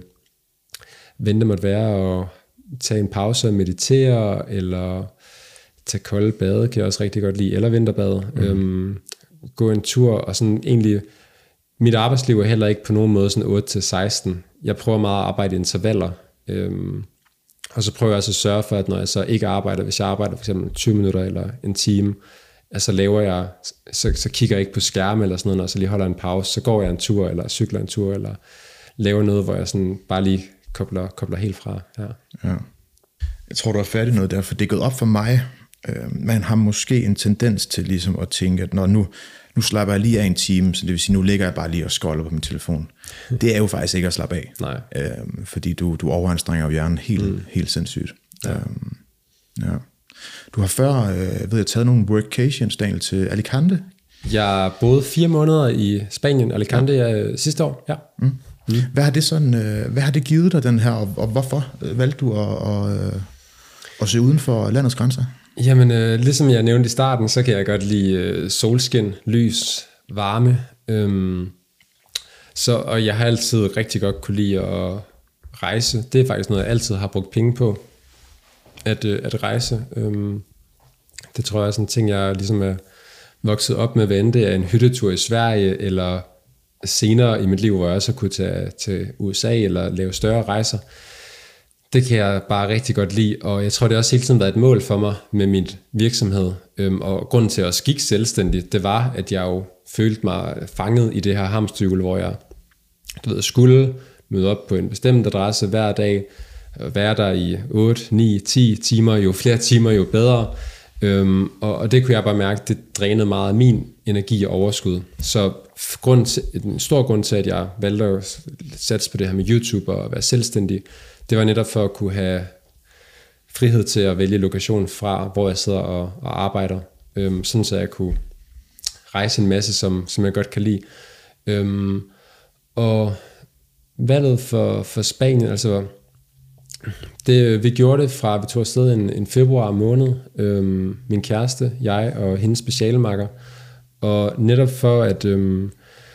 vente måtte være og tage en pause og meditere, eller tage kolde bade, kan jeg også rigtig godt lide, eller vinterbade. Mm. Øhm, gå en tur, og sådan egentlig, mit arbejdsliv er heller ikke på nogen måde sådan otte til seksten. Jeg prøver meget at arbejde i intervaller, øhm, og så prøver jeg også at sørge for, at når jeg så ikke arbejder, hvis jeg arbejder for eksempel tyve minutter eller en time, altså laver jeg, så, så kigger jeg ikke på skærme eller sådan noget, når jeg så lige holder en pause, så går jeg en tur, eller cykler en tur, eller laver noget, hvor jeg sådan bare lige kobler, kobler helt fra. Ja. Ja. Jeg tror, du er færdig noget der, for det er gået op for mig. Øh, man har måske en tendens til ligesom at tænke, at når nu, nu slapper jeg lige af en time, så det vil sige, nu ligger jeg bare lige og scroller på min telefon. Det er jo faktisk ikke at slappe af. Nej. Øh, fordi du, du overanstrenger jo hjernen helt, mm. helt sindssygt. Ja. Øh, ja. Du har før, øh, ved jeg, taget nogle workations, Daniel, til Alicante. Jeg boede fire måneder i Spanien, Alicante, ja. sidste år. Ja. Mm. Mm. Hvad har det sådan, øh, hvad har det givet dig, den her, og, og hvorfor valgte du at, at, at se uden for landets grænser? Jamen, øh, ligesom jeg nævnte i starten, så kan jeg godt lide øh, solskin, lys, varme. Øhm, så, og jeg har altid rigtig godt kunne lide at rejse. Det er faktisk noget, jeg altid har brugt penge på, at, øh, at rejse. Øhm, det tror jeg er sådan en ting, jeg ligesom er vokset op med, hvad end det er en hyttetur i Sverige, eller senere i mit liv, hvor jeg også kunne tage til U S A, eller lave større rejser. Det kan jeg bare rigtig godt lide, og jeg tror, det har også hele tiden været et mål for mig med min virksomhed. Øhm, og grunden til at også gik selvstændigt, det var, at jeg jo følte mig fanget i det her hamsterhjul, hvor jeg du ved, skulle møde op på en bestemt adresse hver dag, være der i otte, ni, ti timer, jo flere timer, jo bedre. Øhm, og, og det kunne jeg bare mærke, det drænede meget af min energi og overskud. Så grund til, en stor grund til, at jeg valgte at satse på det her med YouTube og være selvstændig, det var netop for at kunne have frihed til at vælge lokation fra, hvor jeg sidder og, og arbejder. Øhm, sådan så jeg kunne rejse en masse, som, som jeg godt kan lide. Øhm, og valget for, for Spanien, altså det, vi gjorde det fra, vi tog afsted en, en februar måned, øhm, min kæreste, jeg og hendes specialmakker, og netop for at øhm,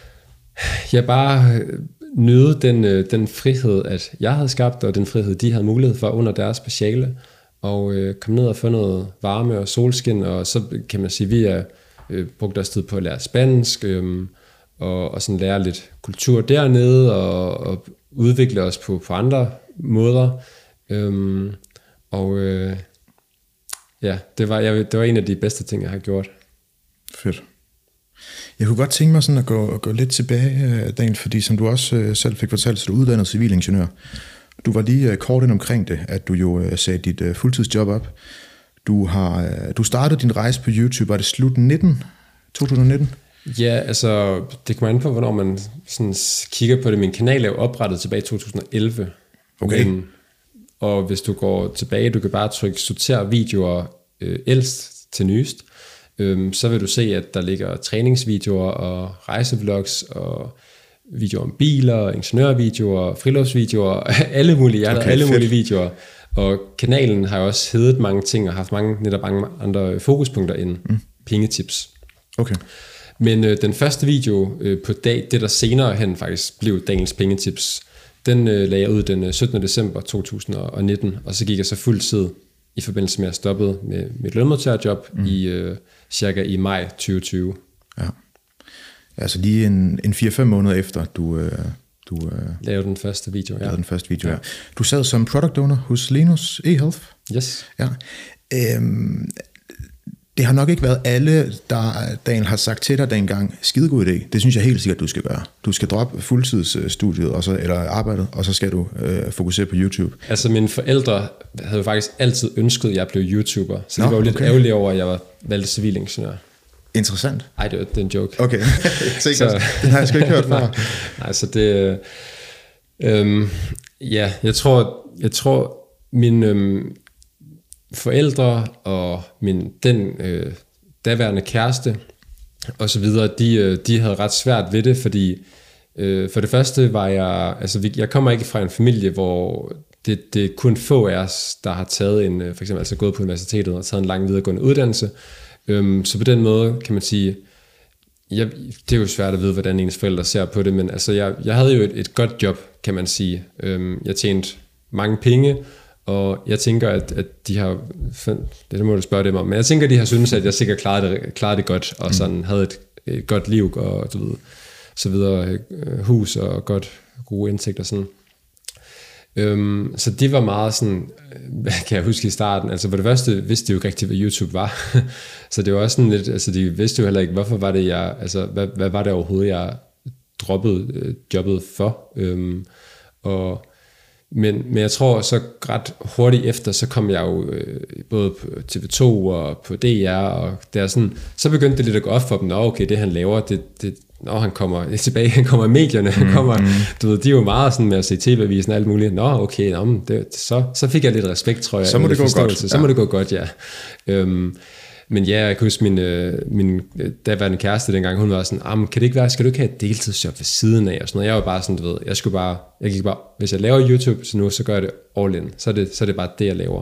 jeg bare nyde den, den frihed, at jeg havde skabt, og den frihed, de havde mulighed for under deres speciale, og øh, komme ned og få noget varme og solskin, og så kan man sige, vi har øh, brugt os tid på at lære spansk, øh, og, og sådan lære lidt kultur dernede, og, og udvikle os på, på andre måder. Øhm, og øh, ja, det var, jeg, det var en af de bedste ting, jeg har gjort. Fedt. Jeg kunne godt tænke mig sådan at gå, at gå lidt tilbage, Daniel, fordi som du også øh, selv fik fortalt, så du er uddannet civilingeniør. Du var lige øh, kort ind omkring det, at du jo øh, sagde dit øh, fuldtidsjob op. Du har øh, du startede din rejse på YouTube, var det slut nitten, to tusind og nitten? Ja, altså det kommer an på, hvornår man sådan kigger på det. Min kanal er jo oprettet tilbage i to tusind og elleve. Okay. Men, og hvis du går tilbage, du kan bare trykke sorter videoer øh, ældst til nyest, øhm, så vil du se, at der ligger træningsvideoer og rejsevlogs og videoer om biler, ingeniørvideoer, friluftsvideoer, alle mulige, okay, alle mulige videoer. Og kanalen har jo også heddet mange ting og haft mange, netop mange andre fokuspunkter end mm. pengetips. Okay. Men øh, den første video øh, på dag, det der senere hen faktisk blev Daniels pengetips, den øh, lagde jeg ud den syttende december to tusind og nitten, og så gik jeg så fuld tid i forbindelse med at stoppe med mit lønmodtagerjob mm. i øh, cirka i maj tyve tyve. Ja, altså lige en, en fire fem måneder efter du, øh, du øh, lavede den første video. Ja. Lavede den første video. Ja. Ja. Du sad som product owner hos Linus eHealth. Yes. Ja. Øhm, det har nok ikke været alle, der Daniel har sagt til dig dengang, skidegod idé. Det synes jeg helt sikkert, du skal gøre. Du skal droppe fuldtidsstudiet, og så, eller arbejdet, og så skal du øh, fokusere på YouTube. Altså mine forældre havde jo faktisk altid ønsket, at jeg blev YouTuber. Så Nå, de var jo lidt okay. ærgerlige over, at jeg var valgt civilingeniør. Interessant. Ej, det, det er en joke. Okay, så, den har jeg sgu ikke hørt før. nej, nej, så det... Øhm, ja, jeg tror, jeg tror min... Øhm, forældre og min den øh, daværende kæreste og så videre, de, de havde ret svært ved det, fordi øh, for det første var jeg, altså jeg kommer ikke fra en familie, hvor det, det er kun få af os, der har taget en, for eksempel altså gået på universitetet og taget en lang videregående uddannelse, øhm, så på den måde kan man sige, jeg, det er jo svært at vide, hvordan ens forældre ser på det, men altså, jeg, jeg havde jo et, et godt job, kan man sige. Øhm, jeg tjente mange penge, og jeg tænker, at, at de har, det må du spørge dem om, men jeg tænker, at de har syntes, at jeg sikkert klarede det, klarede det godt, og sådan havde et, et godt liv, og du ved, så videre, hus og godt, gode indtægter sådan. Øhm, så det var meget sådan, hvad kan jeg huske i starten, altså for det første vidste de jo ikke rigtig, hvad YouTube var, så det var også sådan lidt, altså de vidste jo heller ikke, hvorfor var det jeg, altså hvad, hvad var det overhovedet, jeg droppede øh, jobbet for, øhm, og men, men jeg tror så ret hurtigt efter, så kom jeg jo øh, både på T V to og på D R, og der sådan, så begyndte det lidt at gå op for dem, nå okay, det han laver, det, det Nå, han kommer tilbage, han kommer i medierne, han kommer, mm-hmm. du ved, de er jo meget sådan med at se tv-avisen og alt muligt. Nå, okay, nå, det, så, så fik jeg lidt respekt, tror jeg. Så må det gå godt. Så ja. må det gå godt, ja. Øhm, men ja, jeg kan huske min, øh, min daværende kæreste dengang, hun var sådan, ah, kan det ikke være, skal du ikke have et deltidsjob ved siden af? Og sådan noget. Jeg var bare sådan, du ved, jeg skulle bare, jeg gik bare, hvis jeg laver YouTube, så nu, så gør jeg det all in. Så er det, så er det bare det, jeg laver.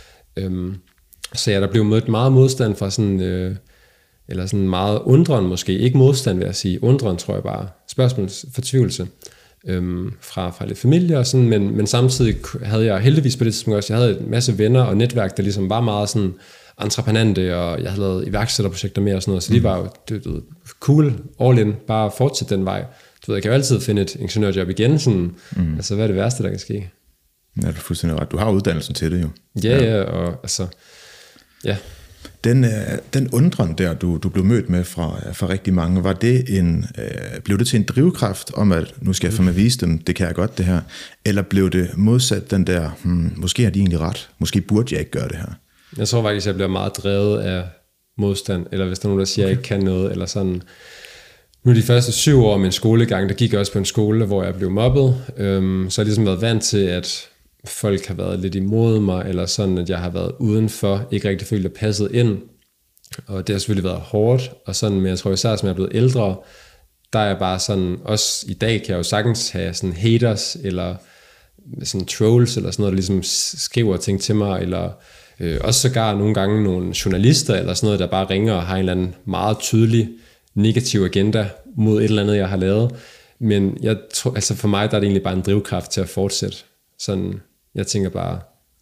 Øhm, så ja, der blev mødt meget modstand fra sådan... Øh, eller sådan meget undren måske, ikke modstand vil jeg sige, undren tror jeg bare, spørgsmål, fortvivlelse øhm, fra, fra lidt familie og sådan, men, men samtidig havde jeg heldigvis på det tidspunkt også, jeg havde en masse venner og netværk, der ligesom var meget sådan entreprenante, og jeg havde lavet iværksætterprojekter med og sådan noget, så de var jo det, det, cool, all in, bare fortsæt den vej. Du ved, jeg kan jo altid finde et ingeniørjob igen, sådan, mm. altså hvad er det værste, der kan ske? Ja, du er fuldstændig ret. Du har uddannelsen til det jo. Ja, ja, og altså, ja. Den, den undren der, du, du blev mødt med fra, fra rigtig mange, var det en, øh, blev det til en drivkraft om, at nu skal jeg fandme vise dem, det kan jeg godt det her, eller blev det modsat den der, hmm, måske har de egentlig ret, måske burde jeg ikke gøre det her? Jeg tror faktisk, jeg bliver meget drevet af modstand, eller hvis der er nogen, der siger, okay. jeg ikke kan noget, eller sådan. Nu de første syv år af min skolegang, der gik jeg også på en skole, hvor jeg blev mobbet, øhm, så har jeg ligesom været vant til, at folk har været lidt imod mig, eller sådan, at jeg har været udenfor, ikke rigtig følt, at jeg passede ind, og det har selvfølgelig været hårdt, og sådan, men jeg tror især, som jeg er blevet ældre, der er jeg bare sådan, også i dag kan jeg jo sagtens have sådan haters, eller sådan trolls, eller sådan noget, der ligesom skriver ting til mig, eller øh, også sågar nogle gange nogle journalister, eller sådan noget, der bare ringer og har en eller anden meget tydelig negativ agenda mod et eller andet, jeg har lavet, men jeg tror, altså for mig, der er det egentlig bare en drivkraft til at fortsætte, sådan. Jeg tænker bare,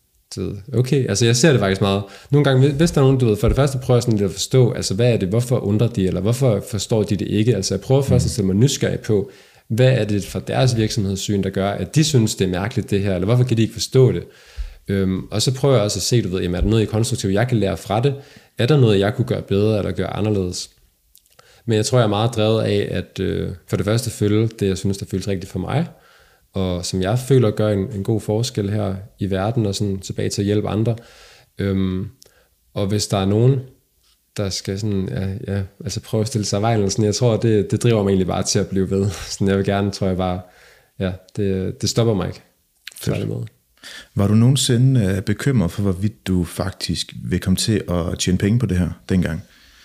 okay, altså jeg ser det faktisk meget. Nogle gange, hvis der er nogen, du ved, for det første prøver jeg sådan lidt at forstå, altså hvad er det, hvorfor undrer de, eller hvorfor forstår de det ikke? Altså jeg prøver først at stille mig nysgerrig på, hvad er det for deres virksomhedssyn, der gør, at de synes, det er mærkeligt det her, eller hvorfor kan de ikke forstå det? Øhm, og så prøver jeg også at se, du ved, jamen, er der noget i konstruktivt, jeg kan lære fra det? Er der noget, jeg kunne gøre bedre, eller gøre anderledes? Men jeg tror, jeg er meget drevet af, at øh, for det første følge det, jeg synes, der føles rigtigt for mig, og som jeg føler gør en, en god forskel her i verden, og sådan tilbage til at hjælpe andre. Øhm, og hvis der er nogen, der skal sådan, ja, ja, altså prøve at stille sig i vejen, eller sådan, jeg tror, det, det driver mig egentlig bare til at blive ved. Sådan, jeg vil gerne, tror jeg bare, ja, det, det stopper mig ikke. Var du nogensinde bekymret for, hvorvidt du faktisk vil komme til at tjene penge på det her dengang?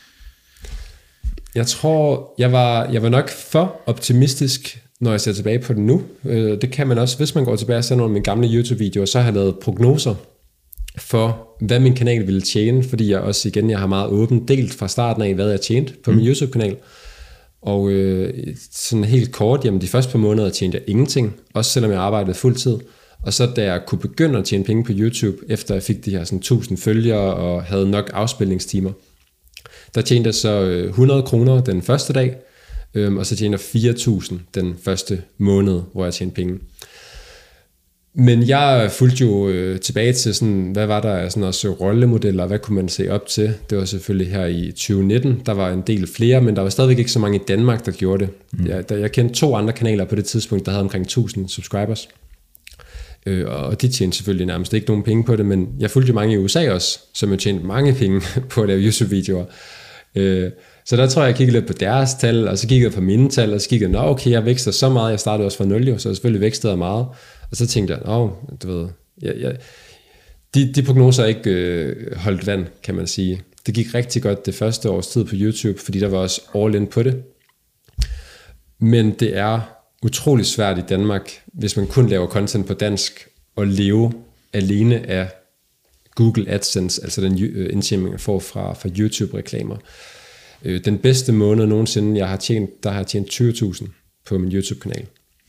Jeg tror, jeg var, jeg var nok for optimistisk, når jeg ser tilbage på det nu. Det kan man også, hvis man går tilbage og ser nogle af mine gamle YouTube-videoer, så har jeg lavet prognoser for, hvad min kanal ville tjene, fordi jeg også igen, jeg har meget åbent delt fra starten af, hvad jeg tjente på mm. min YouTube-kanal. Og øh, sådan helt kort, jamen de første par måneder tjente jeg ingenting, også selvom jeg arbejdede fuldtid. Og så da jeg kunne begynde at tjene penge på YouTube, efter jeg fik de her sådan tusind følgere og havde nok afspilningstimer, der tjente jeg så hundrede kroner den første dag, øhm, og så tjente jeg fire tusind den første måned, hvor jeg tjente penge. Men jeg fulgte jo øh, tilbage til, sådan, hvad var der sådan også rollemodeller, hvad kunne man se op til? Det var selvfølgelig her i tyve nitten, der var en del flere, men der var stadigvæk ikke så mange i Danmark, der gjorde det. Mm. Jeg, der, jeg kendte to andre kanaler på det tidspunkt, der havde omkring tusind subscribers. Øh, og de tjente selvfølgelig nærmest ikke nogen penge på det, men jeg fulgte jo mange i U S A også, som jo tjente mange penge på at lave YouTube-videoer. Øh, så der tror jeg, jeg kiggede lidt på deres tal, og så kiggede jeg på mine tal, og så kiggede jeg, nå okay, jeg vækster så meget, jeg startede også fra nul, jo, så jeg selvfølgelig vækstede meget. Og så tænkte jeg, åh, du ved, jeg, jeg, de, de prognoser er ikke øh, holdt vand, kan man sige. Det gik rigtig godt det første års tid på YouTube, fordi der var også all in på det. Men det er utrolig svært i Danmark, hvis man kun laver content på dansk, og leve alene af Google AdSense, altså den indtjening, man får fra, fra YouTube-reklamer. Øh, den bedste måned nogensinde, jeg har tjent, der har jeg tjent tyve tusind på min YouTube-kanal.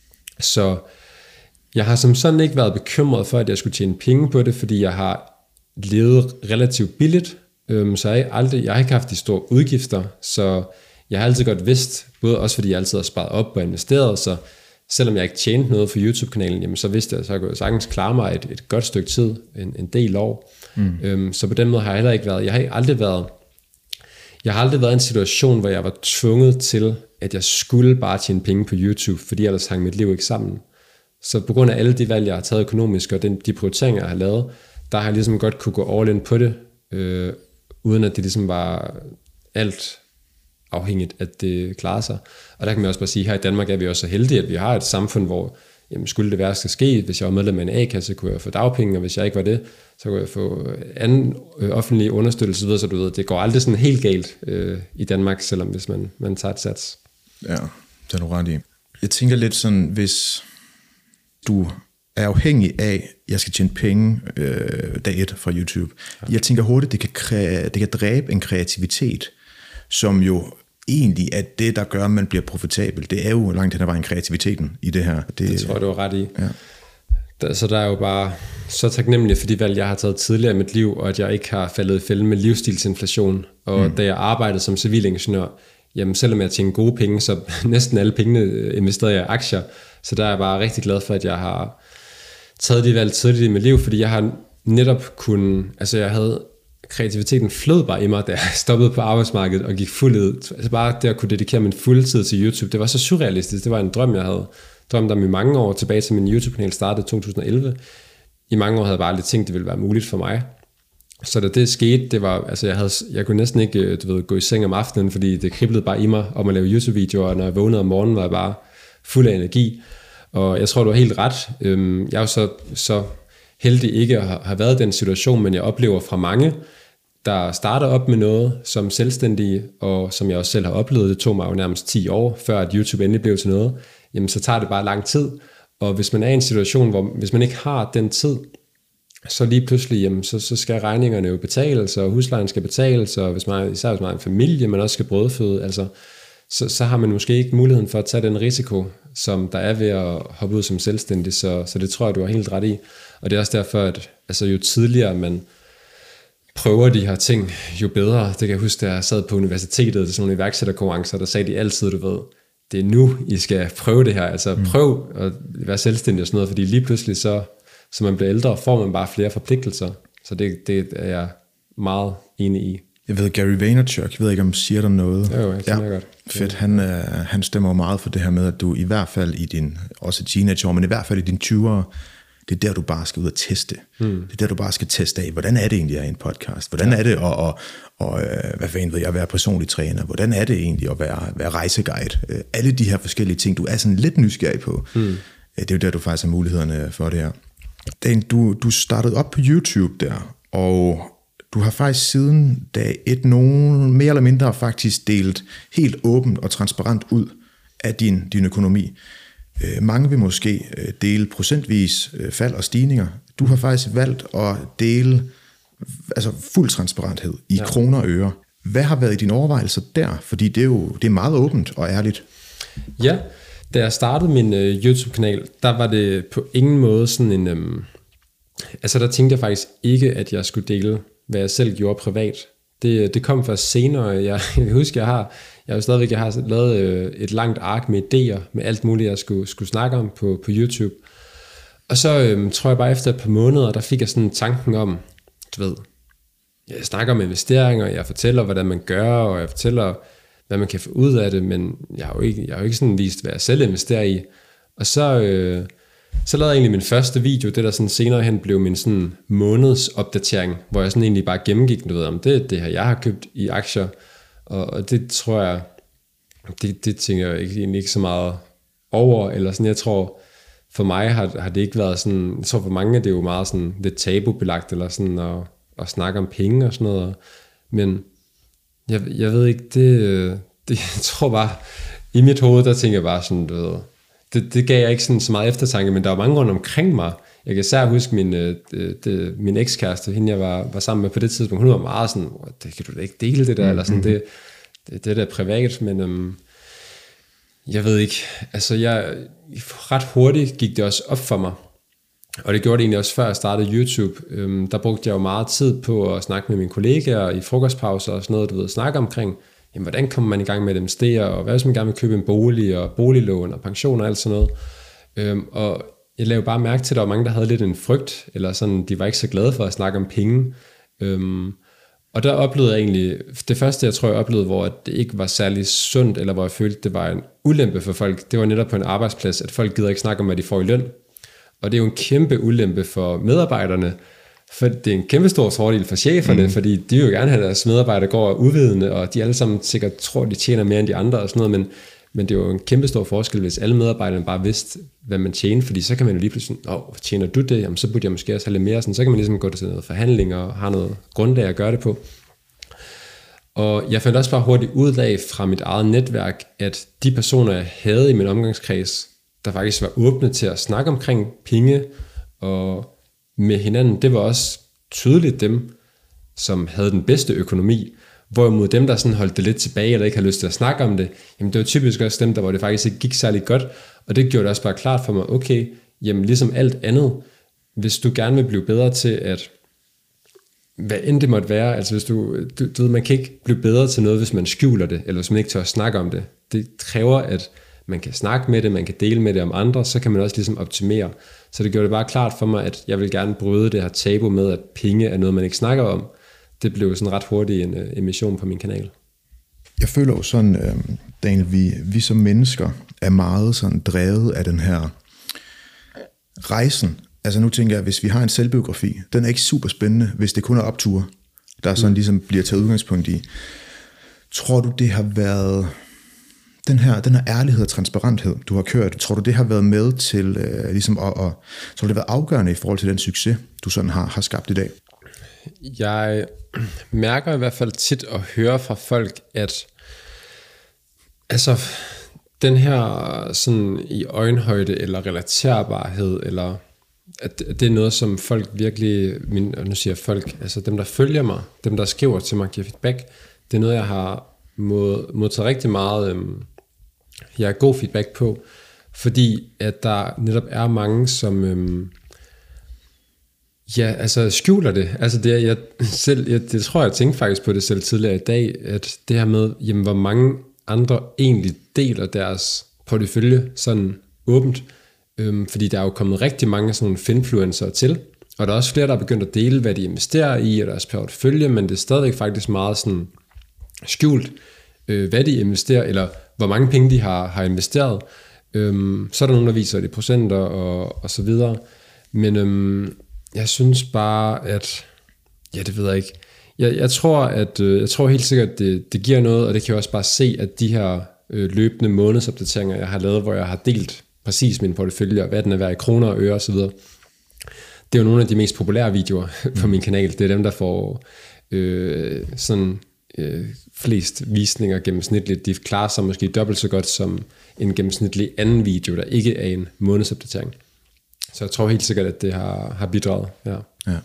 Så jeg har som sådan ikke været bekymret for, at jeg skulle tjene penge på det, fordi jeg har levet relativt billigt, øhm, så jeg, aldrig, jeg har ikke haft de store udgifter, så jeg har altid godt vidst, både også fordi jeg altid har sparet op og investeret, så selvom jeg ikke tjente noget for YouTube-kanalen, jamen så vidste jeg, så jeg kunne sagtens klare mig et, et godt stykke tid, en, en del år. Mm. Øhm, så på den måde har jeg heller ikke været, jeg har aldrig været, jeg har aldrig været i en situation, hvor jeg var tvunget til, at jeg skulle bare tjene penge på YouTube, fordi ellers hang mit liv ikke sammen. Så på grund af alle de valg, jeg har taget økonomisk, og den, de prioriteringer, jeg har lavet, der har jeg ligesom godt kunne gå all in på det, øh, uden at det ligesom var alt afhængigt, at det klarer sig. Og der kan man også bare sige, at her i Danmark er vi også så heldige, at vi har et samfund, hvor jamen, skulle det værste ske, hvis jeg var medlem af en A-kasse, kunne jeg få dagpenge, og hvis jeg ikke var det, så kunne jeg få anden øh, offentlig understøttelse videre, så du ved, det går aldrig sådan helt galt øh, i Danmark, selvom hvis man, man tager et sats. Ja, det er du ret i. Jeg tænker lidt sådan, hvis du er afhængig af, at jeg skal tjene penge øh, dag et fra YouTube. Ja. Jeg tænker hurtigt, det kan, kræ- det kan dræbe en kreativitet, som jo egentlig er det, der gør, at man bliver profitabel. Det er jo langt hen ad vejen kreativiteten i det her. Det, det tror jeg, du har ret i. Ja. Der, så der er jo bare så taknemmelig for de valg, jeg har taget tidligere i mit liv, og at jeg ikke har faldet i fælde med livsstilsinflation. Og mm. da jeg arbejdede som civilingeniør, jamen selvom jeg tjener gode penge, så næsten alle pengene investerede jeg i aktier. Så der er jeg bare rigtig glad for, at jeg har taget de valg tidligt i mit liv, fordi jeg har netop kunnet, altså jeg havde, kreativiteten flød bare i mig, da jeg stoppede på arbejdsmarkedet og gik fuldt, altså bare det at kunne dedikere min fuldtid til YouTube, det var så surrealistisk, det var en drøm, jeg havde drømt om i mange år, tilbage til min YouTube-kanal startede i to tusind og elleve. I mange år havde jeg bare aldrig tænkt, det ville være muligt for mig. Så da det skete, det var, altså jeg, havde, jeg kunne næsten ikke du ved, gå i seng om aftenen, fordi det kriblede bare i mig om at lave YouTube-videoer, og når jeg vågnede om morgenen, var jeg bare fuld af energi. Og jeg tror, du har helt ret. Jeg er jo så, så heldig ikke at have været i den situation, men jeg oplever fra mange, der starter op med noget som selvstændige, og som jeg også selv har oplevet, det tog mig jo nærmest ti år, før at YouTube endelig blev til noget, jamen så tager det bare lang tid. Og hvis man er i en situation, hvor hvis man ikke har den tid, så lige pludselig, jamen, så, så skal regningerne jo betales, og huslejen skal betales, og hvis man, især hvis man er en familie, man også skal brødføde, altså, så, så har man måske ikke muligheden for at tage den risiko, som der er ved at hoppe ud som selvstændig, så, så det tror jeg, du har helt ret i. Og det er også derfor, at altså, jo tidligere man prøver de her ting, jo bedre. Det kan jeg huske, da jeg sad på universitetet, til sådan nogle iværksætterkonkurrencer, der sagde de altid, du ved, det er nu, I skal prøve det her, altså prøv at være selvstændig og sådan noget, fordi lige pludselig så, så man bliver ældre, får man bare flere forpligtelser, så det, det er jeg meget enig i. Jeg ved, Gary Vaynerchuk, jeg ved ikke, om du siger der noget. Jo, jeg kender ja, godt. Fedt, han, øh, han stemmer meget for det her med, at du i hvert fald i din, også teenageår, men i hvert fald i dine tyvere, det er der, du bare skal ud og teste. Hmm. Det er der, du bare skal teste af, hvordan er det egentlig at være i en podcast? Hvordan ja. er det at, og, og, hvad fanden ved jeg, at være personlig træner? Hvordan er det egentlig at være, være rejseguide? Alle de her forskellige ting, du er sådan lidt nysgerrig på. Hmm. Det er jo der, du faktisk har mulighederne for det her. Dan, du, du startede op på YouTube der, og du har faktisk siden dag et nogen mere eller mindre faktisk delt helt åbent og transparent ud af din, din økonomi. Mange vil måske dele procentvis fald og stigninger. Du har faktisk valgt at dele altså fuld transparenthed i ja. kroner og øre. Hvad har været i dine overvejelser der? Fordi det er jo det er meget åbent og ærligt. Ja, da jeg startede min uh, YouTube-kanal, der var det på ingen måde sådan en... Um, altså der tænkte jeg faktisk ikke, at jeg skulle dele, hvad jeg selv gjorde privat. Det, det kom først senere. Jeg, jeg kan huske, jeg har... Jeg har jo stadigvæk jeg har lavet øh, et langt ark med idéer, med alt muligt, jeg skulle, skulle snakke om på, på YouTube. Og så øh, tror jeg bare efter et par måneder, der fik jeg sådan tanken om, du ved, jeg snakker om investeringer, jeg fortæller, hvordan man gør, og jeg fortæller, hvad man kan få ud af det, men jeg har jo ikke, jeg har jo ikke sådan vist, hvad jeg selv investerer i. Og så, øh, så lavede jeg egentlig min første video, det der sådan senere hen blev min sådan månedsopdatering, hvor jeg sådan egentlig bare gennemgik, du ved, om det det her, jeg har købt i aktier. Og det tror jeg, det, det tænker jeg ikke, egentlig ikke så meget over, eller sådan, jeg tror, for mig har, har det ikke været sådan, jeg tror for mange, det er jo meget sådan lidt tabubelagt, eller sådan at, at snakke om penge og sådan noget, men jeg, jeg ved ikke, det, det, jeg tror bare, i mit hoved, der tænker jeg bare sådan, du ved, det, det gav jeg ikke sådan så meget eftertanke, men der var mange rundt omkring mig. Jeg kan især huske min, det, det, min ekskæreste, hende jeg var, var sammen med på det tidspunkt, hun var meget sådan, det kan du da ikke dele det der, mm-hmm. eller sådan, det, det, det er da privat, men øhm, jeg ved ikke, altså jeg, ret hurtigt gik det også op for mig, og det gjorde det egentlig også før jeg startede YouTube. Øhm, der brugte jeg jo meget tid på at snakke med mine kollegaer i frokostpauser og sådan noget, du ved, snakke omkring, jamen, hvordan kommer man i gang med at investere, og hvad hvis man gerne vil købe en bolig, og boliglån, og pension og alt sådan noget. Øhm, og jeg lavede bare mærke til, at der var mange, der havde lidt en frygt, eller sådan, de var ikke så glade for at snakke om penge. Øhm, og der oplevede jeg egentlig, det første jeg tror jeg oplevede, hvor det ikke var særlig sundt, eller hvor jeg følte, det var en ulempe for folk, det var netop på en arbejdsplads, at folk gider ikke snakke om, hvad de får i løn. Og det er jo en kæmpe ulempe for medarbejderne, for det er en kæmpe stor fordel for cheferne, mm. fordi de vil jo gerne have, at deres medarbejdere går uvidende, og de alle sammen sikkert tror, de tjener mere end de andre og sådan noget, men, men det er jo en kæmpe stor forskel, hvis alle medarbejderne bare vidste, hvad man tjener, fordi så kan man jo lige pludselig, åh, tjener du det? Jamen, så burde jeg måske også have lidt mere, sådan, så kan man ligesom gå til noget forhandling og have noget grundlag at gøre det på. Og jeg fandt også bare hurtigt ud af fra mit eget netværk, at de personer, jeg havde i min omgangskreds, der faktisk var åbne til at snakke omkring penge og med hinanden, det var også tydeligt dem, som havde den bedste økonomi, hvorimod dem, der sådan holdt det lidt tilbage, eller ikke havde lyst til at snakke om det, jamen det var typisk også dem, der hvor det faktisk ikke gik særlig godt, og det gjorde det også bare klart for mig, okay, jamen ligesom alt andet, hvis du gerne vil blive bedre til at, hvad end det måtte være, altså hvis du, du, du ved, man kan ikke blive bedre til noget, hvis man skjuler det, eller hvis man ikke tør at snakke om det. Det kræver, at man kan snakke med det, man kan dele med det om andre, så kan man også ligesom optimere. Så det gjorde det bare klart for mig, at jeg vil gerne bryde det her tabu med, at penge er noget, man ikke snakker om. Det blev sådan ret hurtigt en uh, emission på min kanal. Jeg føler jo sådan, øh, Daniel, vi, vi som mennesker er meget sådan drevet af den her rejsen. Altså nu tænker jeg, hvis vi har en selvbiografi, den er ikke super spændende, hvis det kun er opture, der sådan mm. ligesom bliver taget udgangspunkt i. Tror du, det har været den her, den her ærlighed og transparenthed, du har kørt, tror du, det har været med til, øh, ligesom at, og, tror du, det har været afgørende i forhold til den succes, du sådan har, har skabt i dag? Jeg mærker i hvert fald tit at høre fra folk, at altså den her sådan i øjenhøjde eller relaterbarhed, eller at det er noget, som folk virkelig, min, og nu siger jeg folk, altså dem, der følger mig, dem, der skriver til mig, giver feedback, det er noget, jeg har mod, modtaget rigtig meget, øhm, jeg har god feedback på, fordi at der netop er mange, som øhm, ja, altså skjuler det. Altså det, jeg selv, jeg, det tror jeg, jeg tænkte faktisk på det selv tidligere i dag, at det her med, jamen, hvor mange andre egentlig deler deres portefølje sådan åbent, øhm, fordi der er jo kommet rigtig mange sådan nogle finfluencer til, og der er også flere, der er begyndt at dele, hvad de investerer i, og deres portefølje, men det er stadigvæk faktisk meget sådan skjult, øh, hvad de investerer, eller hvor mange penge de har, har investeret. Øhm, så er der nogen, der viser det i procenter, og, og så videre. Men øhm, jeg synes bare, at, ja, det ved jeg ikke. Jeg, jeg tror, at øh, jeg tror helt sikkert, at det, det giver noget, og det kan jeg også bare se, at de her øh, løbende månedsopdateringer, jeg har lavet, hvor jeg har delt præcis min portefølje, og hvad den er værd i kroner og øre og så videre. Det er jo nogle af de mest populære videoer på min kanal. Det er dem, der får øh, sådan øh, flest visninger gennemsnitligt. De klarer sig måske dobbelt så godt som en gennemsnitlig anden video, der ikke er en månedsopdatering. Så jeg tror helt sikkert, at det har, har bidraget. Ja. Ja.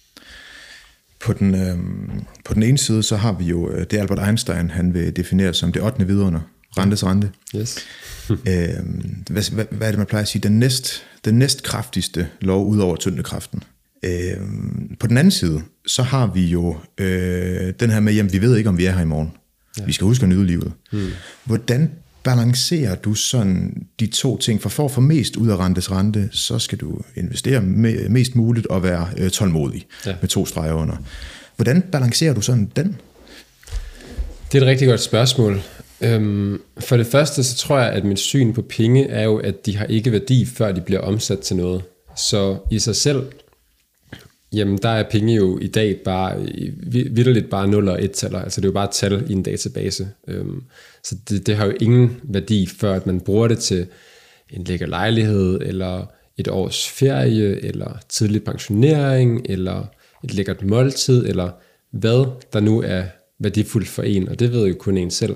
På den, øh, på den ene side, så har vi jo det Albert Einstein, han vil definere som det ottende vidunder, rentes rente. Yes. øh, hvad, hvad, hvad er det, man plejer at sige? Den næst, den næst kraftigste lov ud over tyngdekraften. Øh, på den anden side, så har vi jo øh, den her med, jamen vi ved ikke, om vi er her i morgen. Ja. Vi skal huske at nyde livet. Hmm. Hvordan balancerer du sådan de to ting? For for at få mest ud af rentes rente, så skal du investere me- mest muligt og være øh, tålmodig, ja, med to streger under. Hvordan balancerer du sådan den? Det er et rigtig godt spørgsmål. Øhm, for det første, så tror jeg, at mit syn på penge er jo, at de har ikke værdi, før de bliver omsat til noget. Så i sig selv, jamen der er penge jo i dag bare, vitterligt bare nul og et taler. Altså det er jo bare et tal i en database. Øhm, så det, det har jo ingen værdi, før at man bruger det til en lækker lejlighed, eller et års ferie, eller tidlig pensionering, eller et lækkert måltid, eller hvad der nu er værdifuldt for en, og det ved jo kun en selv.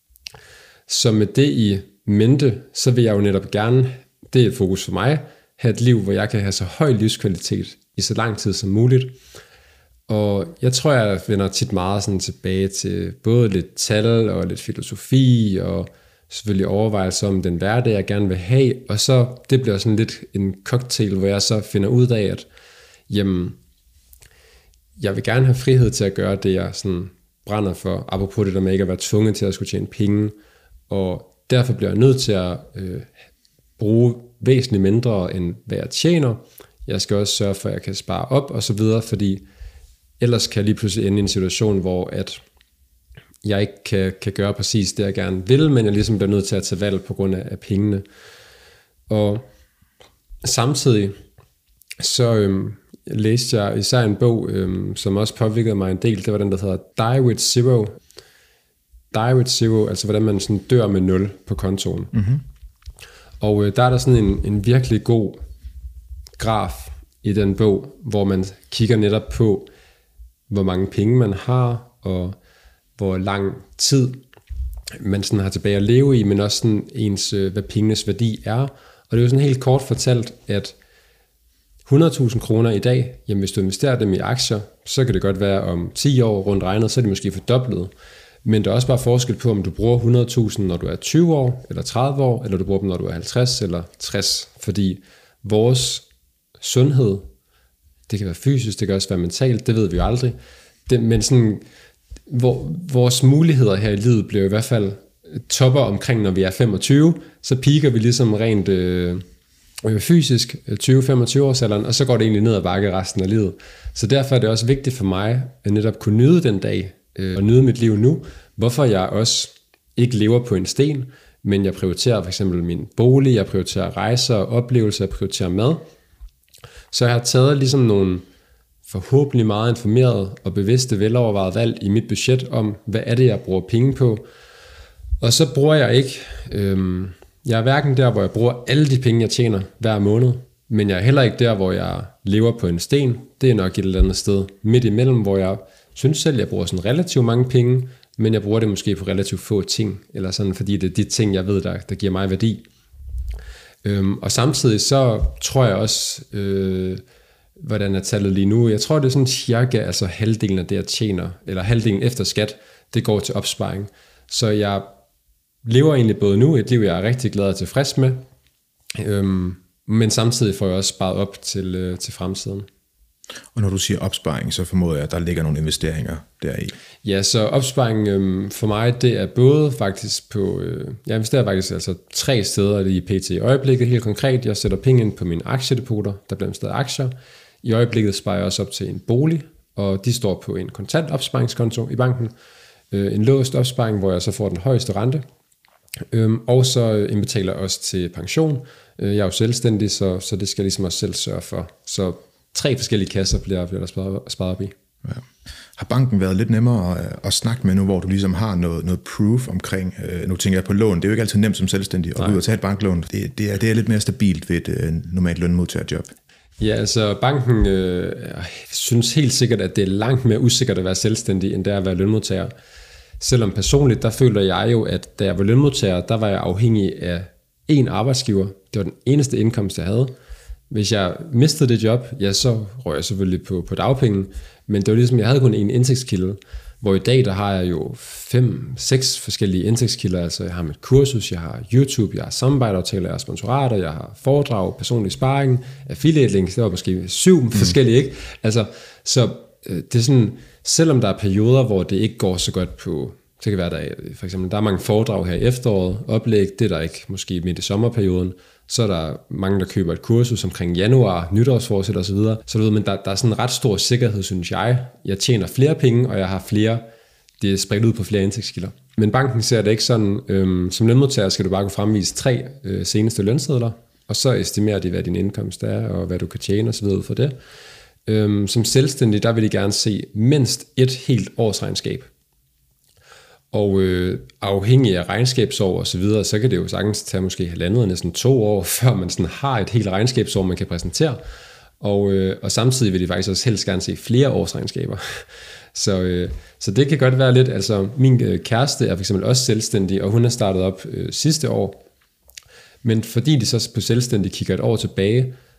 Så med det i mente, så vil jeg jo netop gerne, det er et fokus for mig, have et liv, hvor jeg kan have så høj livskvalitet i så lang tid som muligt. Og jeg tror, jeg vender tit meget sådan tilbage til både lidt tal og lidt filosofi, og selvfølgelig overvejelser om den hverdag, jeg gerne vil have. Og så det bliver sådan lidt en cocktail, hvor jeg så finder ud af, at jamen, jeg vil gerne have frihed til at gøre det, jeg sådan brænder for, apropos det der med ikke at være tvunget til at skulle tjene penge. Og derfor bliver jeg nødt til at øh, bruge væsentligt mindre, end hvad jeg tjener. Jeg skal også sørge for, at jeg kan spare op og så videre, fordi ellers kan jeg lige pludselig ende i en situation, hvor at jeg ikke kan, kan gøre præcis det, jeg gerne vil, men jeg ligesom bliver nødt til at tage valg på grund af, af pengene. Og samtidig så øhm, læste jeg især en bog, øhm, som også påvirkede mig en del. Det var den, der hedder Die with Zero. Die with Zero, altså hvordan man sådan dør med nul på kontoen. Mm-hmm. Og øh, der er der sådan en, en virkelig god graf i den bog, hvor man kigger netop på, hvor mange penge man har, og hvor lang tid man sådan har tilbage at leve i, men også sådan ens, hvad pengenes værdi er. Og det er jo sådan helt kort fortalt, at hundrede tusind kroner i dag, jamen hvis du investerer dem i aktier, så kan det godt være om ti år rundt regnet, så er det måske fordoblet. Men der er også bare forskel på, om du bruger hundrede tusind, når du er tyve år, eller tredive år, eller du bruger dem, når du er halvtreds eller tres. Fordi vores sundhed, det kan være fysisk, det kan også være mentalt, det ved vi jo aldrig. Det, men sådan, hvor, vores muligheder her i livet bliver i hvert fald topper omkring, når vi er femogtyve, så piker vi ligesom rent øh, fysisk tyve til femogtyve års alderen, og så går det egentlig ned ad bakke resten af livet. Så derfor er det også vigtigt for mig at netop kunne nyde den dag, øh, og nyde mit liv nu, hvorfor jeg også ikke lever på en sten, men jeg prioriterer for eksempel min bolig, jeg prioriterer rejser og oplevelser, jeg prioriterer mad. Så jeg har taget ligesom nogle forhåbentlig meget informerede og bevidste, velovervejede valg i mit budget om, hvad er det, jeg bruger penge på. Og så bruger jeg ikke, øhm, jeg er hverken der, hvor jeg bruger alle de penge, jeg tjener hver måned, men jeg er heller ikke der, hvor jeg lever på en sten. Det er nok et eller andet sted midt imellem, hvor jeg synes selv, jeg bruger sådan relativt mange penge, men jeg bruger det måske på relativt få ting, eller sådan, fordi det er de ting, jeg ved, der, der giver mig værdi. Øhm, og samtidig så tror jeg også, øh, hvordan er tallet lige nu, jeg tror det er sådan cirka, altså halvdelen af det jeg tjener, eller halvdelen efter skat, det går til opsparing. Så jeg lever egentlig både nu et liv, jeg er rigtig glad og tilfreds med, øhm, men samtidig får jeg også sparet op til, øh, til fremtiden. Og når du siger opsparing, så formoder jeg, at der ligger nogle investeringer deri. Ja, så opsparing øhm, for mig, det er både faktisk på, øh, jeg investerer faktisk altså tre steder i P T i øjeblikket, helt konkret. Jeg sætter penge ind på mine aktiedepoter, der bliver investeret aktier. I øjeblikket sparer jeg også op til en bolig, og de står på en kontant opsparingskonto i banken. Øh, en låst opsparing, hvor jeg så får den højeste rente. Øhm, og så indbetaler jeg også til pension. Øh, jeg er jo selvstændig, så, så det skal jeg ligesom også selv sørge for. Så tre forskellige kasser bliver, bliver der sparet, sparet op i. Ja. Har banken været lidt nemmere at, at snakke med nu, hvor du ligesom har noget, noget proof omkring, øh, nu tænker jeg på lån, det er jo ikke altid nemt som selvstændig at gå ud og tage et banklån. Det, det, er, det er lidt mere stabilt ved et øh, normalt lønmodtagerjob. Ja, altså banken øh, synes helt sikkert, at det er langt mere usikkert at være selvstændig, end det er at være lønmodtager. Selvom personligt, der føler jeg jo, at da jeg var lønmodtager, der var jeg afhængig af én arbejdsgiver. Det var den eneste indkomst, jeg havde. Hvis jeg mistede det job, ja, så røg jeg selvfølgelig på, på dagpenge, men det var ligesom, jeg havde kun en indtægtskilde, hvor i dag, der har jeg jo fem, seks forskellige indtægtskilder, altså jeg har mit kursus, jeg har YouTube, jeg har samarbejdsaftaler, jeg har sponsorater, jeg har foredrag, personlig sparring, affiliate links, det var måske syv mm. forskellige, ikke? Altså, så øh, det er sådan, selvom der er perioder, hvor det ikke går så godt på, det kan være, der for eksempel, der er mange foredrag her i efteråret, oplæg, det er der ikke måske midt i sommerperioden, så er der mange, der køber et kursus omkring januar, nytårsforsæt og så videre. Så du ved, men der, der er sådan en ret stor sikkerhed, synes jeg. Jeg tjener flere penge, og jeg har flere, det er spredt ud på flere indtægtskilder. Men banken ser det ikke sådan. Øhm, som lønmodtager skal du bare kunne fremvise tre øh, seneste lønsedler, og så estimerer de, hvad din indkomst er, og hvad du kan tjene og så videre for det. Øhm, som selvstændig, der vil de gerne se mindst et helt årsregnskab. Og øh, afhængig af regnskabsår og så videre, så kan det jo sagtens tage måske halvandet og næsten to år, før man sådan har et helt regnskabsår, man kan præsentere. Og, øh, og samtidig vil de faktisk også helst gerne se flere årsregnskaber. så, øh, så det kan godt være lidt, altså min øh, kæreste er for eksempel også selvstændig, og hun er startet op øh, sidste år. Men fordi de så på selvstændig kigger et år tilbage,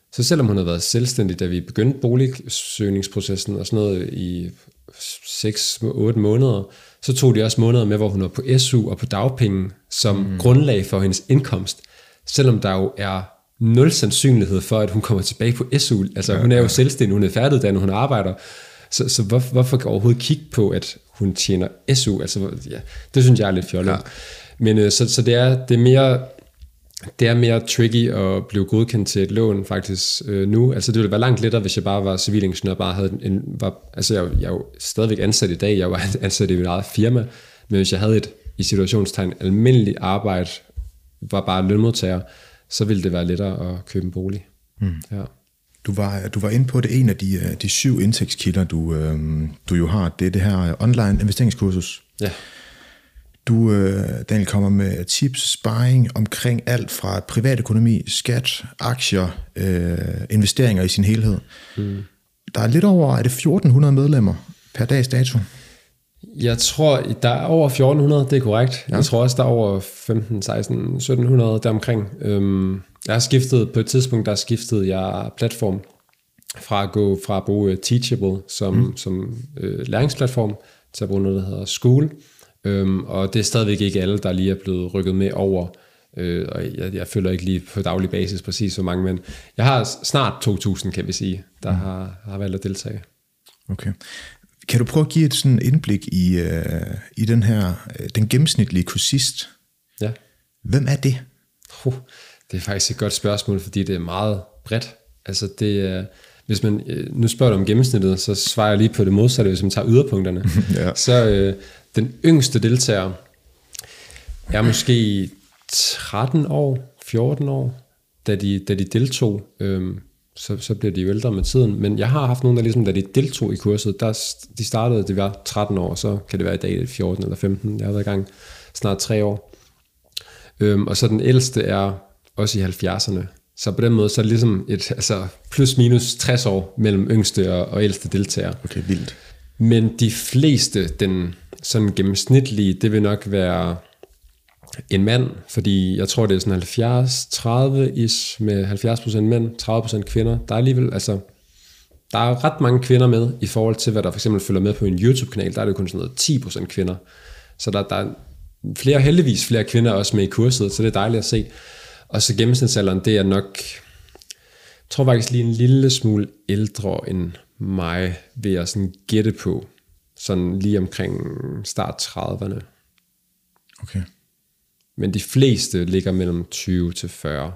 Så selvom hun havde været selvstændig, da vi begyndte boligsøgningsprocessen og sådan noget i seks otte måneder, så tog de også måneder med, hvor hun var på S U og på dagpenge som mm. grundlag for hendes indkomst, selvom der jo er nul sandsynlighed for, at hun kommer tilbage på S U. Altså ja, hun er jo ja. selvstændig, hun er færdiguddannet, hun arbejder. Så, så hvor, hvorfor overhovedet kigge på, at hun tjener S U? Altså, ja, det synes jeg er lidt fjollet. Ja. Men øh, så, så det er, det er mere... Det er mere tricky at blive godkendt til et lån faktisk øh, nu. Altså det ville være langt lettere, hvis jeg bare var civilingeniør, bare havde en, var, altså jeg, jeg er jo stadigvæk ansat i dag, jeg var ansat i mit eget firma, men hvis jeg havde et, i situationstegn, almindeligt arbejde, var bare lønmodtager, så ville det være lettere at købe en bolig. Mm. Ja. Du var, du var inde på det, en af de, de syv indtægtskilder, du, øh, du jo har, det er det her online investeringskursus. Ja. Du, Daniel, kommer med tips, sparring omkring alt fra privatøkonomi, skat, aktier, øh, investeringer i sin helhed. Mm. Der er lidt over, er det fjorten hundrede medlemmer per dags dato? Jeg tror, der er over fjorten hundrede, det er korrekt. Ja. Jeg tror også, der er over femten, seksten, sytten hundrede deromkring. Øhm, jeg har skiftet, på et tidspunkt, der skiftede jeg platform fra at gå fra at bruge Teachable som, mm. som øh, læringsplatform til at bruge noget, der hedder School. Øhm, og det er stadigvæk ikke alle, der lige er blevet rykket med over, øh, og jeg, jeg følger ikke lige på daglig basis præcis så mange, men jeg har snart to tusind, kan vi sige, der mm. har, har valgt at deltage. Okay. Kan du prøve at give et sådan indblik i, øh, i den her, øh, den gennemsnitlige kursist? Ja. Hvem er det? Uh, det er faktisk et godt spørgsmål, fordi det er meget bredt. Altså det er... Hvis man, nu spørger du om gennemsnittet, så svarer jeg lige på det modsatte, hvis man tager yderpunkterne. Ja. Så øh, den yngste deltager er måske tretten år, fjorten år, da de, da de deltog. Øhm, så, så bliver de jo ældre med tiden. Men jeg har haft nogen, der ligesom, da de deltog i kurset, der, de startede, det var tretten år, så kan det være i dag fjorten eller femten. Jeg har været i gang snart tre år. Øhm, og så den ældste er også i halvfjerdserne. Så på den måde, så er det ligesom et altså plus minus tres år mellem yngste og, og ældste deltagere. Okay, vildt. Men de fleste, den sådan gennemsnitlige, det vil nok være en mand, fordi jeg tror, det er sådan halvfjerds tredive is med halvfjerds procent mænd, tredive procent kvinder. Der er alligevel, altså, der er ret mange kvinder med, i forhold til, hvad der for eksempel følger med på en YouTube-kanal, der er det kun sådan noget ti procent kvinder. Så der, der er flere, heldigvis flere kvinder også med i kurset, så det er dejligt at se. Og så gennemsnitsalderen, det er nok, jeg tror faktisk lige en lille smule ældre end mig, ved at sådan gætte på, sådan lige omkring start trediverne. Okay. Men de fleste ligger mellem tyve til fyrre.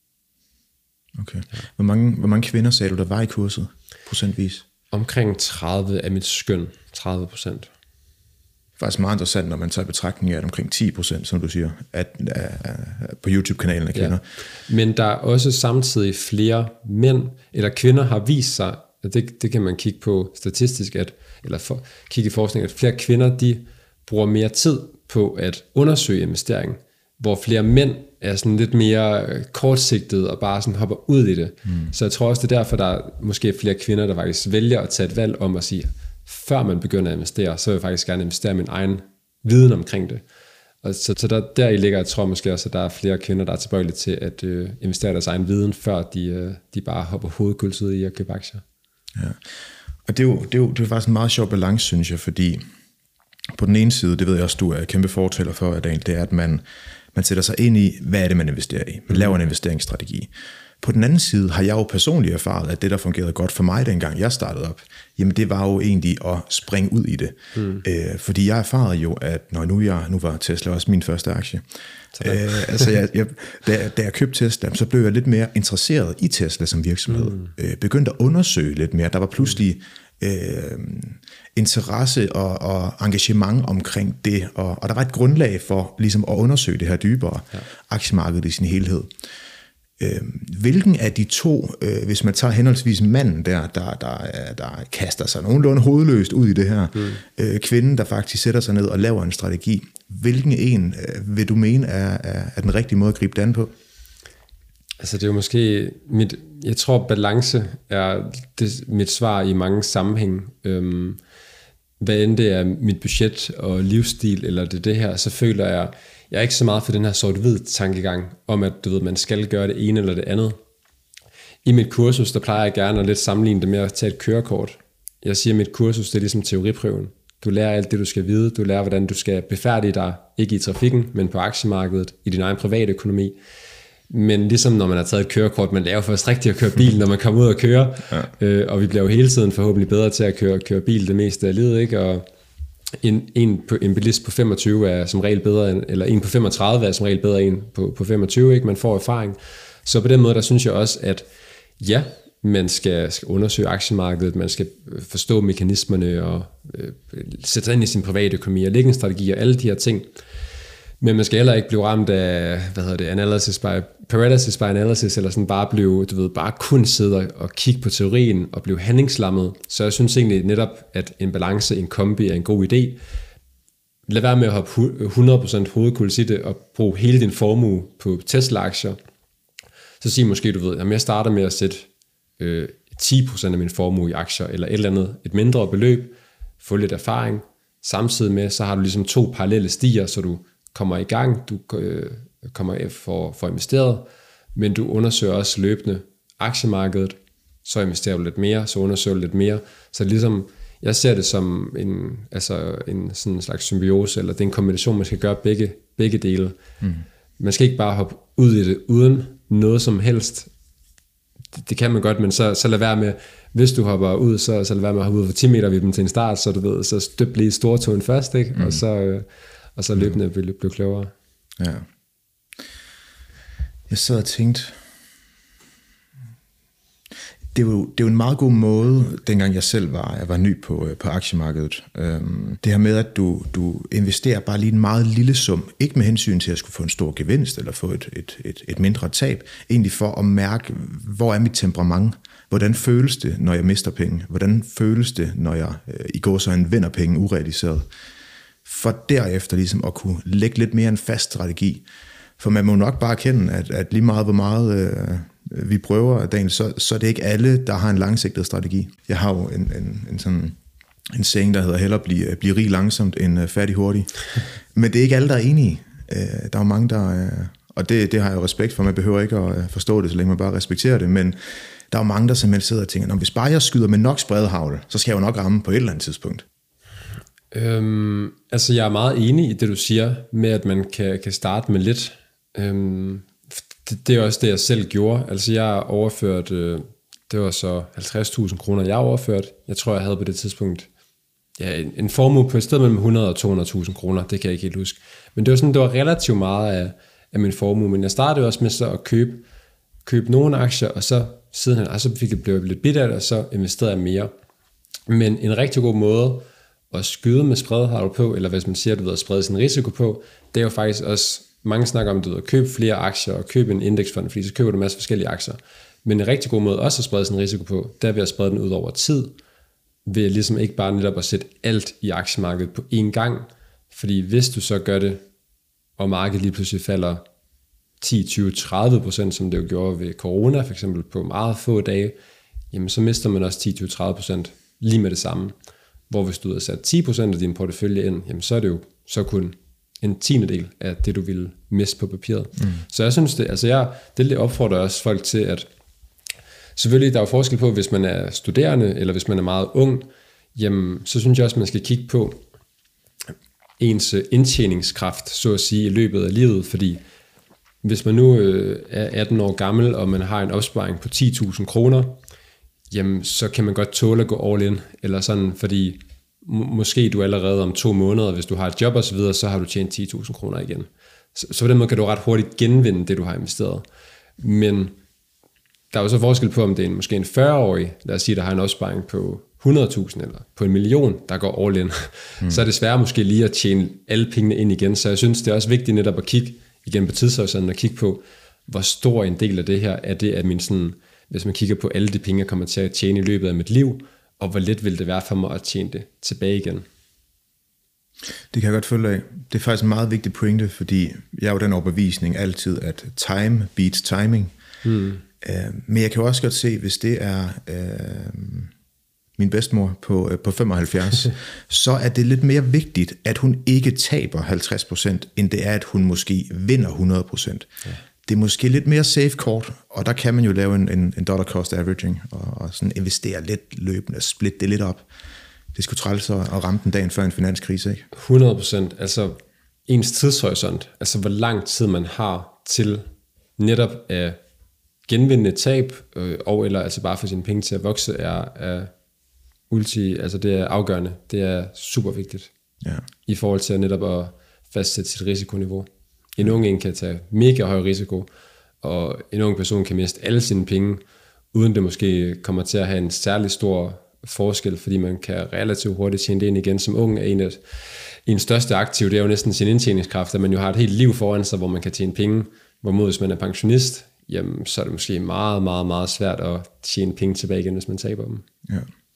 Okay. Hvor mange, hvor mange kvinder sagde du, der var i kurset, procentvis? Omkring tredive er mit skøn, tredive procent. Faktisk meget interessant, når man tager betragtning af, at omkring ti procent, som du siger, at, at, at på YouTube-kanalen af kvinder. Ja. Men der er også samtidig flere mænd, eller kvinder har vist sig, og det, det kan man kigge på statistisk, at, eller for, kigge i forskning, at flere kvinder, de bruger mere tid på at undersøge investering, hvor flere mænd er sådan lidt mere kortsigtet og bare sådan hopper ud i det. Mm. Så jeg tror også, det er derfor, der er måske flere kvinder, der faktisk vælger at tage et valg om at sige, før man begynder at investere, så vil jeg faktisk gerne investere min egen viden omkring det. Og så, så der, der i ligger, jeg tror måske også, at der er flere kvinder, der er tilbøjelige til at øh, investere deres egen viden, før de, øh, de bare hopper hovedkulset ud i at købe aktier. Ja. Og det er, jo, det, er jo, det er faktisk en meget sjov balance, synes jeg, fordi på den ene side, det ved jeg også, du er kæmpe fortæller for, Daniel, det er, at man, man sætter sig ind i, hvad er det, man investerer i. Man laver en investeringsstrategi. På den anden side har jeg jo personligt erfaret, at det, der fungerede godt for mig, dengang jeg startede op, jamen det var jo egentlig at springe ud i det. Mm. Øh, fordi jeg erfarede jo, at når nu, jeg, nu var Tesla også min første aktie, øh, altså jeg, jeg, da, da jeg købte Tesla, så blev jeg lidt mere interesseret i Tesla som virksomhed. Mm. Øh, begyndte at undersøge lidt mere. Der var pludselig øh, interesse og, og engagement omkring det, og, og der var et grundlag for ligesom at undersøge det her dybere, ja. Aktiemarkedet i sin helhed. Hvilken af de to, hvis man tager henholdsvis manden der, der, der, der kaster sig nogenlunde hovedløst ud i det her, mm. kvinden, der faktisk sætter sig ned og laver en strategi, hvilken en vil du mene er, er, er den rigtige måde at gribe det an på? Altså det er jo måske, mit, jeg tror balance er det, mit svar i mange sammenhæng. Øhm, hvad end det er mit budget og livsstil, eller det det her, så føler jeg, jeg er ikke så meget for den her sort-hvid tankegang, om at du ved, man skal gøre det ene eller det andet. I mit kursus, der plejer jeg gerne at lidt sammenligne det med at tage et kørekort. Jeg siger, at mit kursus, det er ligesom teoriprøven. Du lærer alt det, du skal vide. Du lærer, hvordan du skal befærdige dig, ikke i trafikken, men på aktiemarkedet, i din egen private økonomi. Men ligesom når man har taget et kørekort, man lærer først rigtigt at køre bil, når man kommer ud og køre. Ja. Øh, og vi bliver jo hele tiden forhåbentlig bedre til at køre, køre bil det meste af livet, ikke? Og en, en, en bilist på femogtyve er som regel bedre, end, eller en på femogtredive er som regel bedre end en på, på femogtyve, ikke? Man får erfaring. Så på den måde, der synes jeg også, at ja, man skal, skal undersøge aktiemarkedet, man skal forstå mekanismerne og øh, sætte sig ind i sin private økonomi og lægge en strategi og alle de her ting. Men man skal heller ikke blive ramt af, hvad hedder det, analysis by, paralysis by analysis, eller sådan bare blive, du ved, bare kun sidde og kigge på teorien og blive handlingslammet. Så jeg synes egentlig netop, at en balance, en kombi er en god idé. Lad være med at hoppe hundrede procent hovedkuls i det og bruge hele din formue på Tesla-aktier. Så sig måske, du ved, at jeg starter med at sætte øh, ti procent af min formue i aktier, eller et eller andet, et mindre beløb, få lidt erfaring. Samtidig med, så har du ligesom to parallelle stier, så du kommer i gang, du øh, kommer for, for investeret, men du undersøger også løbende aktiemarkedet, så investerer du lidt mere, så undersøger du lidt mere. Så ligesom, jeg ser det som en, altså en sådan en slags symbiose, eller det er en kombination, man skal gøre begge, begge dele. Mm. Man skal ikke bare hoppe ud i det uden noget som helst. Det, det kan man godt, men så, så lad være med, hvis du hopper ud, så, så lad være med at hoppe ud for ti meter vippen til en start, så du ved, så støb lige stortåen først, ikke? Mm. Og så... Øh, og så løbende blev blive klogere. Ja. Jeg sad og tænkte, det var jo, det var en meget god måde, dengang jeg selv var, jeg var ny på, på aktiemarkedet. Øhm, det her med, at du, du investerer bare lige en meget lille sum, ikke med hensyn til at skulle få en stor gevinst, eller få et, et, et, et mindre tab, egentlig for at mærke, hvor er mit temperament, hvordan føles det, når jeg mister penge, hvordan føles det, når jeg øh, i går så en vinder penge urealiseret. For derefter ligesom at kunne lægge lidt mere en fast strategi. For man må nok bare erkende, at, at lige meget hvor meget øh, vi prøver, Daniel, så, så er det ikke alle, der har en langsigtet strategi. Jeg har jo en, en, en sådan en saying, der hedder hellere blive, blive rig langsomt end uh, fattig hurtigt. Men det er ikke alle, der er enige. Uh, der er jo mange, der... Uh, og det, det har jeg jo respekt for. Man behøver ikke at uh, forstå det, så længe man bare respekterer det. Men der er jo mange, der simpelthen sidder og tænker, hvis bare jeg skyder med nok spredhavl, så skal jeg jo nok ramme på et eller andet tidspunkt. Øhm, altså jeg er meget enig i det du siger med at man kan, kan starte med lidt. øhm, det, det er også det jeg selv gjorde. Altså jeg overførte øh, det var så halvtreds tusind kroner jeg overførte. Jeg tror jeg havde på det tidspunkt ja, en, en formue på et sted mellem hundrede og to hundrede tusind kroner. Det kan jeg ikke helt huske. Men det var sådan det var relativt meget af, af min formue. Men jeg startede også med så at købe købe nogle aktier, og så sidenhen altså fik jeg blevet lidt bidt af det, og så investerede jeg mere. Men en rigtig god måde at skyde med spredhavl på, eller hvis man siger, at du ved at sprede sin risiko på, det er jo faktisk også, mange snakker om, at du ved at købe flere aktier og købe en indeksfond, fordi så køber du en masse forskellige aktier. Men en rigtig god måde også at sprede sin risiko på, det er ved at sprede den ud over tid, ved ligesom ikke bare netop at sætte alt i aktiemarkedet på én gang, fordi hvis du så gør det, og markedet lige pludselig falder ti, tyve, tredive procent, som det jo gjorde ved corona, for eksempel på meget få dage, jamen så mister man også ti, tyve, tredive procent lige med det samme. Hvor hvis du havde sat ti procent af din portefølje ind, jamen så er det jo så kun en tiendedel af det, du ville miste på papiret. Mm. Så jeg synes det, altså jeg, det opfordrer også folk til, at selvfølgelig der er jo forskel på, hvis man er studerende, eller hvis man er meget ung, jamen så synes jeg også, man skal kigge på ens indtjeningskraft, så at sige, i løbet af livet, fordi hvis man nu øh, er atten år gammel, og man har en opsparing på ti tusind kroner, jamen så kan man godt tåle at gå all in, eller sådan, fordi må, måske du allerede om to måneder, hvis du har et job og så videre, så har du tjent ti tusind kroner igen. Så, så på den måde kan du ret hurtigt genvinde det, du har investeret. Men der er jo så forskel på, om det er en, måske en fyrre-årig, lad os sige, der har en opsparing på hundrede tusind eller på en million, der går all in. Mm. Så er det svært måske lige at tjene alle pengene ind igen. Så jeg synes, det er også vigtigt netop at kigge igen på tidshorisonten og kigge på, hvor stor en del af det her er det, at min sådan, hvis man kigger på alle de penge, jeg kommer til at tjene i løbet af mit liv, og hvor let vil det være for mig at tjene det tilbage igen. Det kan jeg godt følge af. Det er faktisk en meget vigtig pointe, fordi jeg er jo den overbevisning altid, at time beats timing. Hmm. Uh, men jeg kan jo også godt se, hvis det er uh, min bedstemor på, uh, på femoghalvfjerds, så er det lidt mere vigtigt, at hun ikke taber halvtreds procent, end det er, at hun måske vinder hundrede procent. Ja. det er måske lidt mere safe kort, og der kan man jo lave en, en, en dollar cost averaging, og, og sådan investere lidt løbende, splitte det lidt op. Det skulle træls at ramme den dagen før en finanskrise, ikke? hundrede procent. Altså ens tidshorisont, altså hvor lang tid man har til netop at genvinde et tab, øh, og eller altså bare få sine penge til at vokse, er, er ulti, altså det er afgørende. Det er super vigtigt. Ja. I forhold til netop at fastsætte sit risikoniveau. En ung en kan tage mega høj risiko, og en ung person kan miste alle sine penge, uden det måske kommer til at have en særlig stor forskel, fordi man kan relativt hurtigt tjene det ind igen. Som ung er en af en største aktiv, det er jo næsten sin indtjeningskraft, at man jo har et helt liv foran sig, hvor man kan tjene penge, hvorimod hvis man er pensionist, jamen så er det måske meget, meget, meget svært at tjene penge tilbage igen, hvis man taber dem. Ja.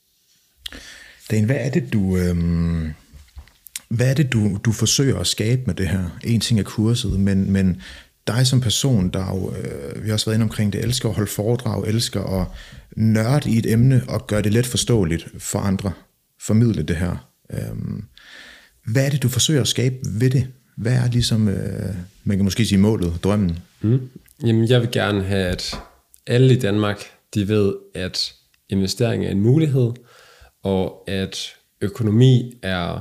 Dan, hvad er det, du... Øhm Hvad er det, du, du forsøger at skabe med det her? En ting er kurset, men, men dig som person, der jo, øh, vi har også været inde omkring det, elsker at holde foredrag, elsker at nørde i et emne og gøre det let forståeligt for andre, formidle det her. Øhm, hvad er det, du forsøger at skabe ved det? Hvad er ligesom, øh, man kan måske sige målet, drømmen? Mm. Jamen, jeg vil gerne have, at alle i Danmark, de ved, at investering er en mulighed, og at økonomi er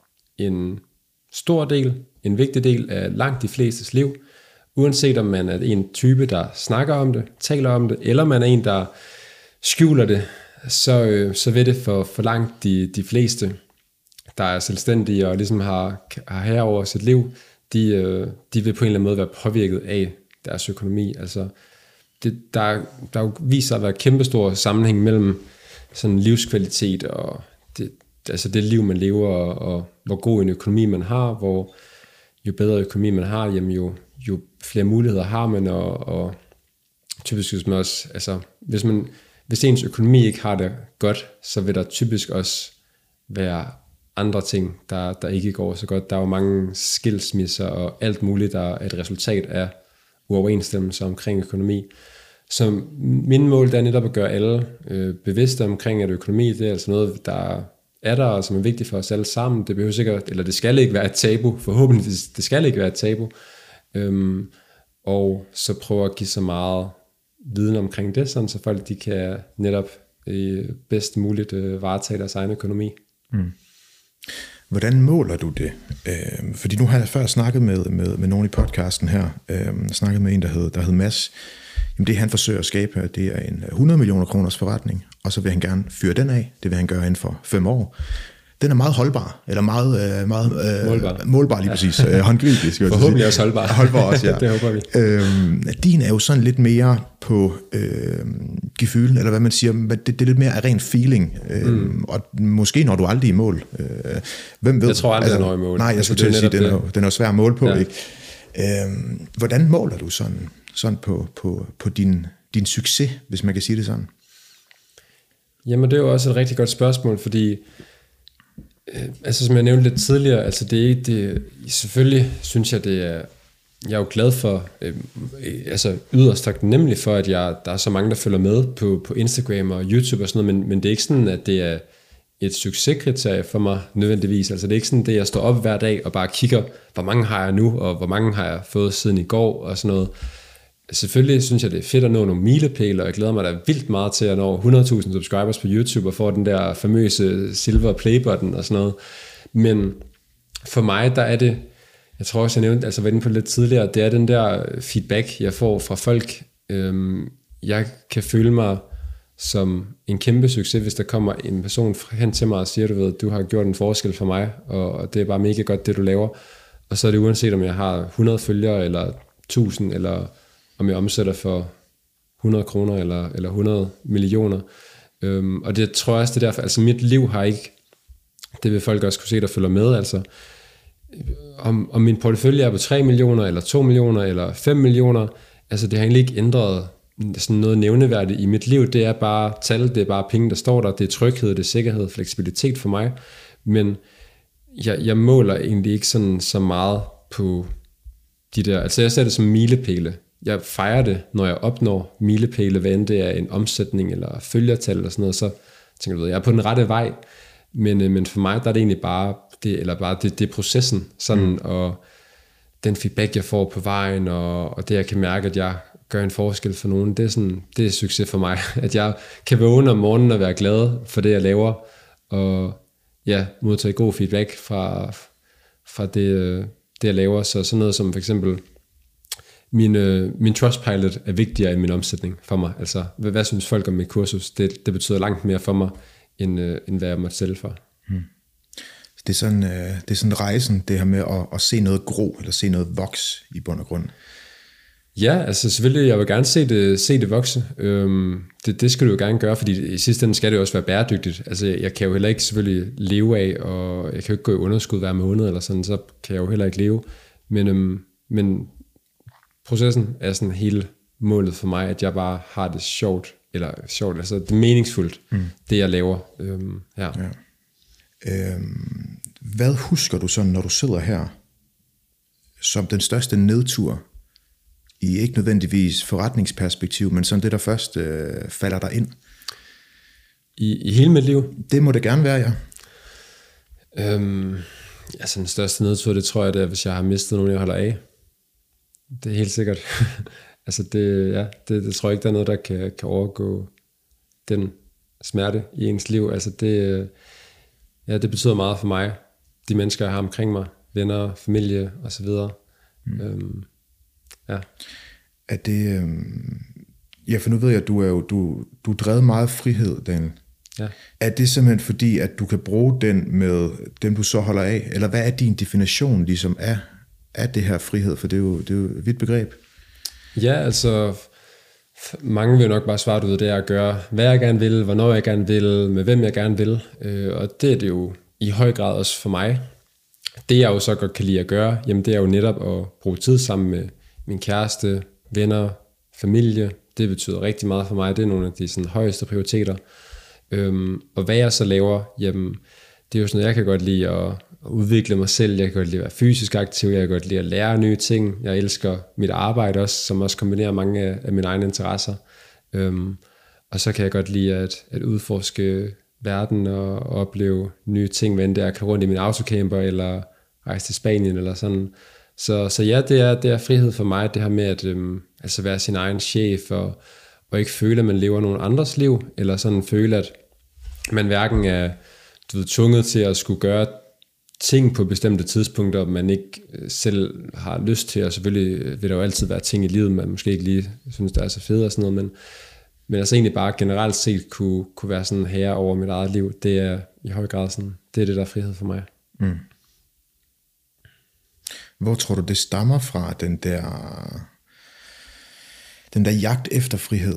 en stor del, en vigtig del af langt de flestes liv, uanset om man er en type, der snakker om det, taler om det, eller man er en, der skjuler det, så, øh, så vil det for, for langt de, de fleste, der er selvstændige og ligesom har, har herre over sit liv, de, øh, de vil på en eller anden måde være påvirket af deres økonomi. Altså, det, der, der viser at være kæmpestor sammenhæng mellem sådan livskvalitet og det, altså det liv, man lever, og, og hvor god en økonomi man har, hvor jo bedre økonomi man har, jamen jo, jo flere muligheder har man, og, og typisk hvis man også, altså hvis, man, hvis ens økonomi ikke har det godt, så vil der typisk også være andre ting, der, der ikke går så godt. Der er jo mange skilsmisser og alt muligt, der er et resultat af uoverensstemmelser omkring økonomi. Så min mål er netop at gøre alle øh, bevidste omkring, at økonomi, det er altså noget, der er der, og som er vigtigt for os alle sammen. Det behøver sikkert, eller det skal ikke være et tabu, forhåbentlig det skal ikke være et tabu. Øhm, og så prøve at give så meget viden omkring det, sådan så folk de kan netop øh, bedst muligt øh, varetage deres egen økonomi. Mm. Hvordan måler du det? Øh, fordi nu har jeg før snakket med, med, med nogen i podcasten her, øh, snakket med en, der hed, der hed Mads. Jamen det han forsøger at skabe, det er en hundrede millioner kroners forretning, og så vil han gerne fyre den af. Det vil han gøre inden for fem år. Den er meget holdbar, eller meget, meget øh, målbar. målbar lige præcis, ja. håndgribelig. Forhåbentlig også holdbar. Holdbar også, ja. Det håber vi. Øhm, din er jo sådan lidt mere på øh, gefühlen, eller hvad man siger, det, det er lidt mere af ren feeling, øh, mm. og måske når du aldrig i mål. Øh, hvem ved? Jeg tror aldrig, altså, når i mål. Nej, jeg altså, skulle til at sige, den er, jo, den er jo svær at måle på. Ja. Ikke? Øhm, hvordan måler du sådan, sådan på, på, på din, din succes, hvis man kan sige det sådan? Jamen det er jo også et rigtig godt spørgsmål, fordi øh, altså som jeg nævnte lidt tidligere, altså det er ikke det, selvfølgelig synes jeg det er, jeg er jo glad for, øh, altså yderst taknemmelig for, at jeg, der er så mange der følger med på, på Instagram og YouTube og sådan noget, men, men det er ikke sådan at det er et succeskriterie for mig nødvendigvis, altså det er ikke sådan det jeg står op hver dag og bare kigger, hvor mange har jeg nu, og hvor mange har jeg fået siden i går og sådan noget. Selvfølgelig synes jeg, det er fedt at nå nogle milepæle, og jeg glæder mig da vildt meget til at nå hundrede tusind subscribers på YouTube og få den der famøse silver play button og sådan noget. Men for mig, der er det, jeg tror også, jeg nævnte, altså var inde på lidt tidligere, det er den der feedback, jeg får fra folk. Øhm, jeg kan føle mig som en kæmpe succes, hvis der kommer en person hen til mig og siger, du ved, du har gjort en forskel for mig, og det er bare mega godt, det du laver. Og så er det uanset, om jeg har hundrede følgere, eller tusind, eller om jeg omsætter for hundrede kroner eller, eller hundrede millioner. Øhm, og det tror jeg også, det er derfor, altså mit liv har ikke, det vil folk også kunne se, der følger med, altså om, om min portefølje er på tre millioner, eller to millioner, eller fem millioner, altså det har egentlig ikke ændret sådan noget nævneværdigt i mit liv, det er bare tal, det er bare penge, der står der, det er tryghed, det er sikkerhed, fleksibilitet for mig, men jeg, jeg måler egentlig ikke sådan så meget på de der, altså jeg ser det som milepæle. Jeg fejrer det, når jeg opnår milepæle, hvad end det er en omsætning eller følgertal eller sådan noget, så tænker jeg, jeg er på den rette vej, men, men for mig der er det egentlig bare det, eller bare det, det er processen, sådan, mm. og den feedback, jeg får på vejen, og, og det, jeg kan mærke, at jeg gør en forskel for nogen, det er, sådan, det er succes for mig. At jeg kan vågne om morgenen og være glad for det, jeg laver, og ja, modtage god feedback fra, fra det, det, jeg laver. Så sådan noget som for eksempel, min, min Trustpilot er vigtigere end min omsætning for mig. Altså, hvad, hvad synes folk om mit kursus? Det, det betyder langt mere for mig, end, end hvad jeg måtte sælge for. Hmm. Det er sådan, det er sådan rejsen, det her med at, at se noget gro, eller se noget voks i bund og grund. Ja, altså selvfølgelig, jeg vil gerne se det, se det vokse. Øhm, det, det skal du jo gerne gøre, fordi i sidste ende skal det jo også være bæredygtigt. Altså jeg kan jo heller ikke selvfølgelig leve af, og jeg kan jo ikke gå i underskud hver måned, eller sådan, så kan jeg jo heller ikke leve. Men, øhm, men processen er sådan hele målet for mig, at jeg bare har det sjovt, eller sjovt, altså det er meningsfuldt, mm. det jeg laver. Øhm, ja. Ja. Øhm, hvad husker du så, når du sidder her, som den største nedtur, i ikke nødvendigvis forretningsperspektiv, men sådan det, der først øh, falder dig ind? I, I hele mit liv? Det må det gerne være, ja. Øhm, altså den største nedtur, det tror jeg, det er, hvis jeg har mistet nogen, jeg holder af. Det er helt sikkert. altså det, ja, det, det tror jeg ikke, der er noget, der kan, kan overgå den smerte i ens liv. Altså det, ja, det betyder meget for mig. De mennesker, jeg har omkring mig, venner, familie osv. Mm. Øhm, ja. Er det, øh, ja, for nu ved jeg, at du er jo, du, du drevet meget frihed, Daniel. Ja. Er det simpelthen fordi, at du kan bruge den med dem, du så holder af? Eller hvad er din definition ligesom af, af det her frihed? For det er jo, det er jo et vidt begreb. Ja, altså mange vil nok bare svare ud af det at gøre, hvad jeg gerne vil, hvornår jeg gerne vil, med hvem jeg gerne vil. Øh, og det er det jo i høj grad også for mig. Det jeg jo så godt kan lide at gøre, jamen det er jo netop at bruge tid sammen med min kæreste, venner, familie. Det betyder rigtig meget for mig. Det er nogle af de sådan, højeste prioriteter. Øhm, og hvad jeg så laver, jamen, det er jo sådan noget, jeg kan godt lide at, at udvikle mig selv. Jeg kan godt lide at være fysisk aktiv. Jeg kan godt lide at lære nye ting. Jeg elsker mit arbejde også, som også kombinerer mange af, af mine egne interesser. Øhm, og så kan jeg godt lide at, at udforske verden og, og opleve nye ting, hvad end det er at køre rundt i min autocamper eller rejse til Spanien eller sådan. Så, så ja, det er, det er frihed for mig, det her med at øhm, altså være sin egen chef, og, og ikke føle, at man lever nogen andres liv, eller sådan føle, at man hverken er du ved, tvunget til at skulle gøre ting på bestemte tidspunkter, man ikke selv har lyst til, og selvfølgelig vil der jo altid være ting i livet, man måske ikke lige synes, der er så fedt og sådan noget, men, men altså egentlig bare generelt set kunne, kunne være sådan herre over mit eget liv, det er i høj grad sådan, det er det, der er frihed for mig. Mm. Hvor tror du, det stammer fra, den der, den der jagt efter frihed?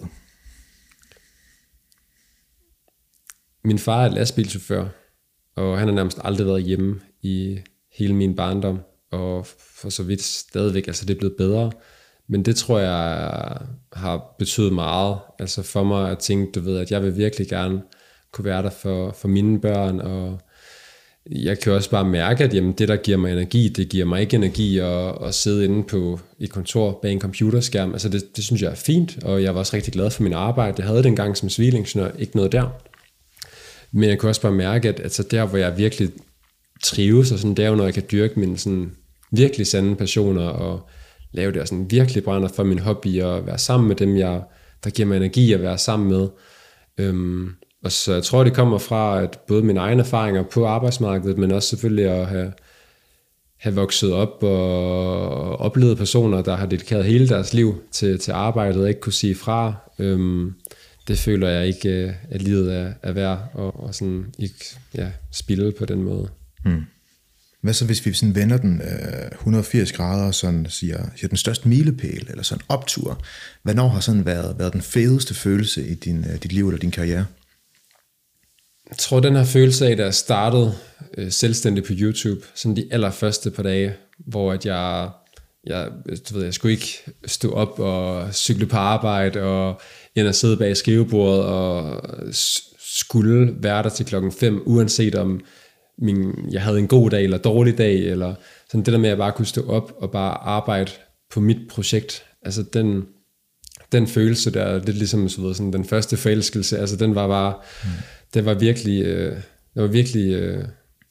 Min far er lastbilchauffør, og han har nærmest aldrig været hjemme i hele min barndom, og for så vidt stadigvæk, altså det er blevet bedre. Men det tror jeg har betydet meget, altså for mig at tænke, du ved, at jeg vil virkelig gerne kunne være der for, for mine børn, og jeg kan også bare mærke, at jamen, det, der giver mig energi, det giver mig ikke energi at, at sidde inde på et kontor bag en computerskærm. Altså det, det synes jeg er fint, og jeg var også rigtig glad for min arbejde. Jeg havde det engang som civilingeniør, ikke noget der. Men jeg kan også bare mærke, at altså der, hvor jeg virkelig trives, og sådan, det er jo, når jeg kan dyrke mine sådan, virkelig sande passioner, og lave det, og sådan, virkelig brænder for min hobby, og være sammen med dem, jeg, der giver mig energi at være sammen med. Øhm, Og så jeg tror, det kommer fra at både mine egne erfaringer på arbejdsmarkedet, men også selvfølgelig at have, have vokset op og oplevet personer, der har dedikeret hele deres liv til, til arbejdet og ikke kunne sige fra. Øhm, det føler jeg ikke, at livet er, er værd og, og sådan ikke ja, spilde på den måde. Hmm. Hvad så, hvis vi sådan vender den øh, et hundrede og firs grader og sådan siger, siger den største milepæl eller sådan optur? Hvornår har sådan været, været den fedeste følelse i din, øh, dit liv eller din karriere? Jeg tror, den her følelse af, da jeg startede øh, selvstændigt på YouTube, sådan de allerførste par dage, hvor at jeg, jeg, du ved, jeg skulle ikke stå op og cykle på arbejde, og ind og sidde bag skrivebordet, og skulle være der til klokken fem, uanset om min, jeg havde en god dag eller dårlig dag, eller sådan det der med, at jeg bare kunne stå op og bare arbejde på mit projekt. Altså den, den følelse der, lidt ligesom så ved, sådan den første forelskelse, altså den var bare... Mm. Det var virkelig, øh, det var virkelig øh,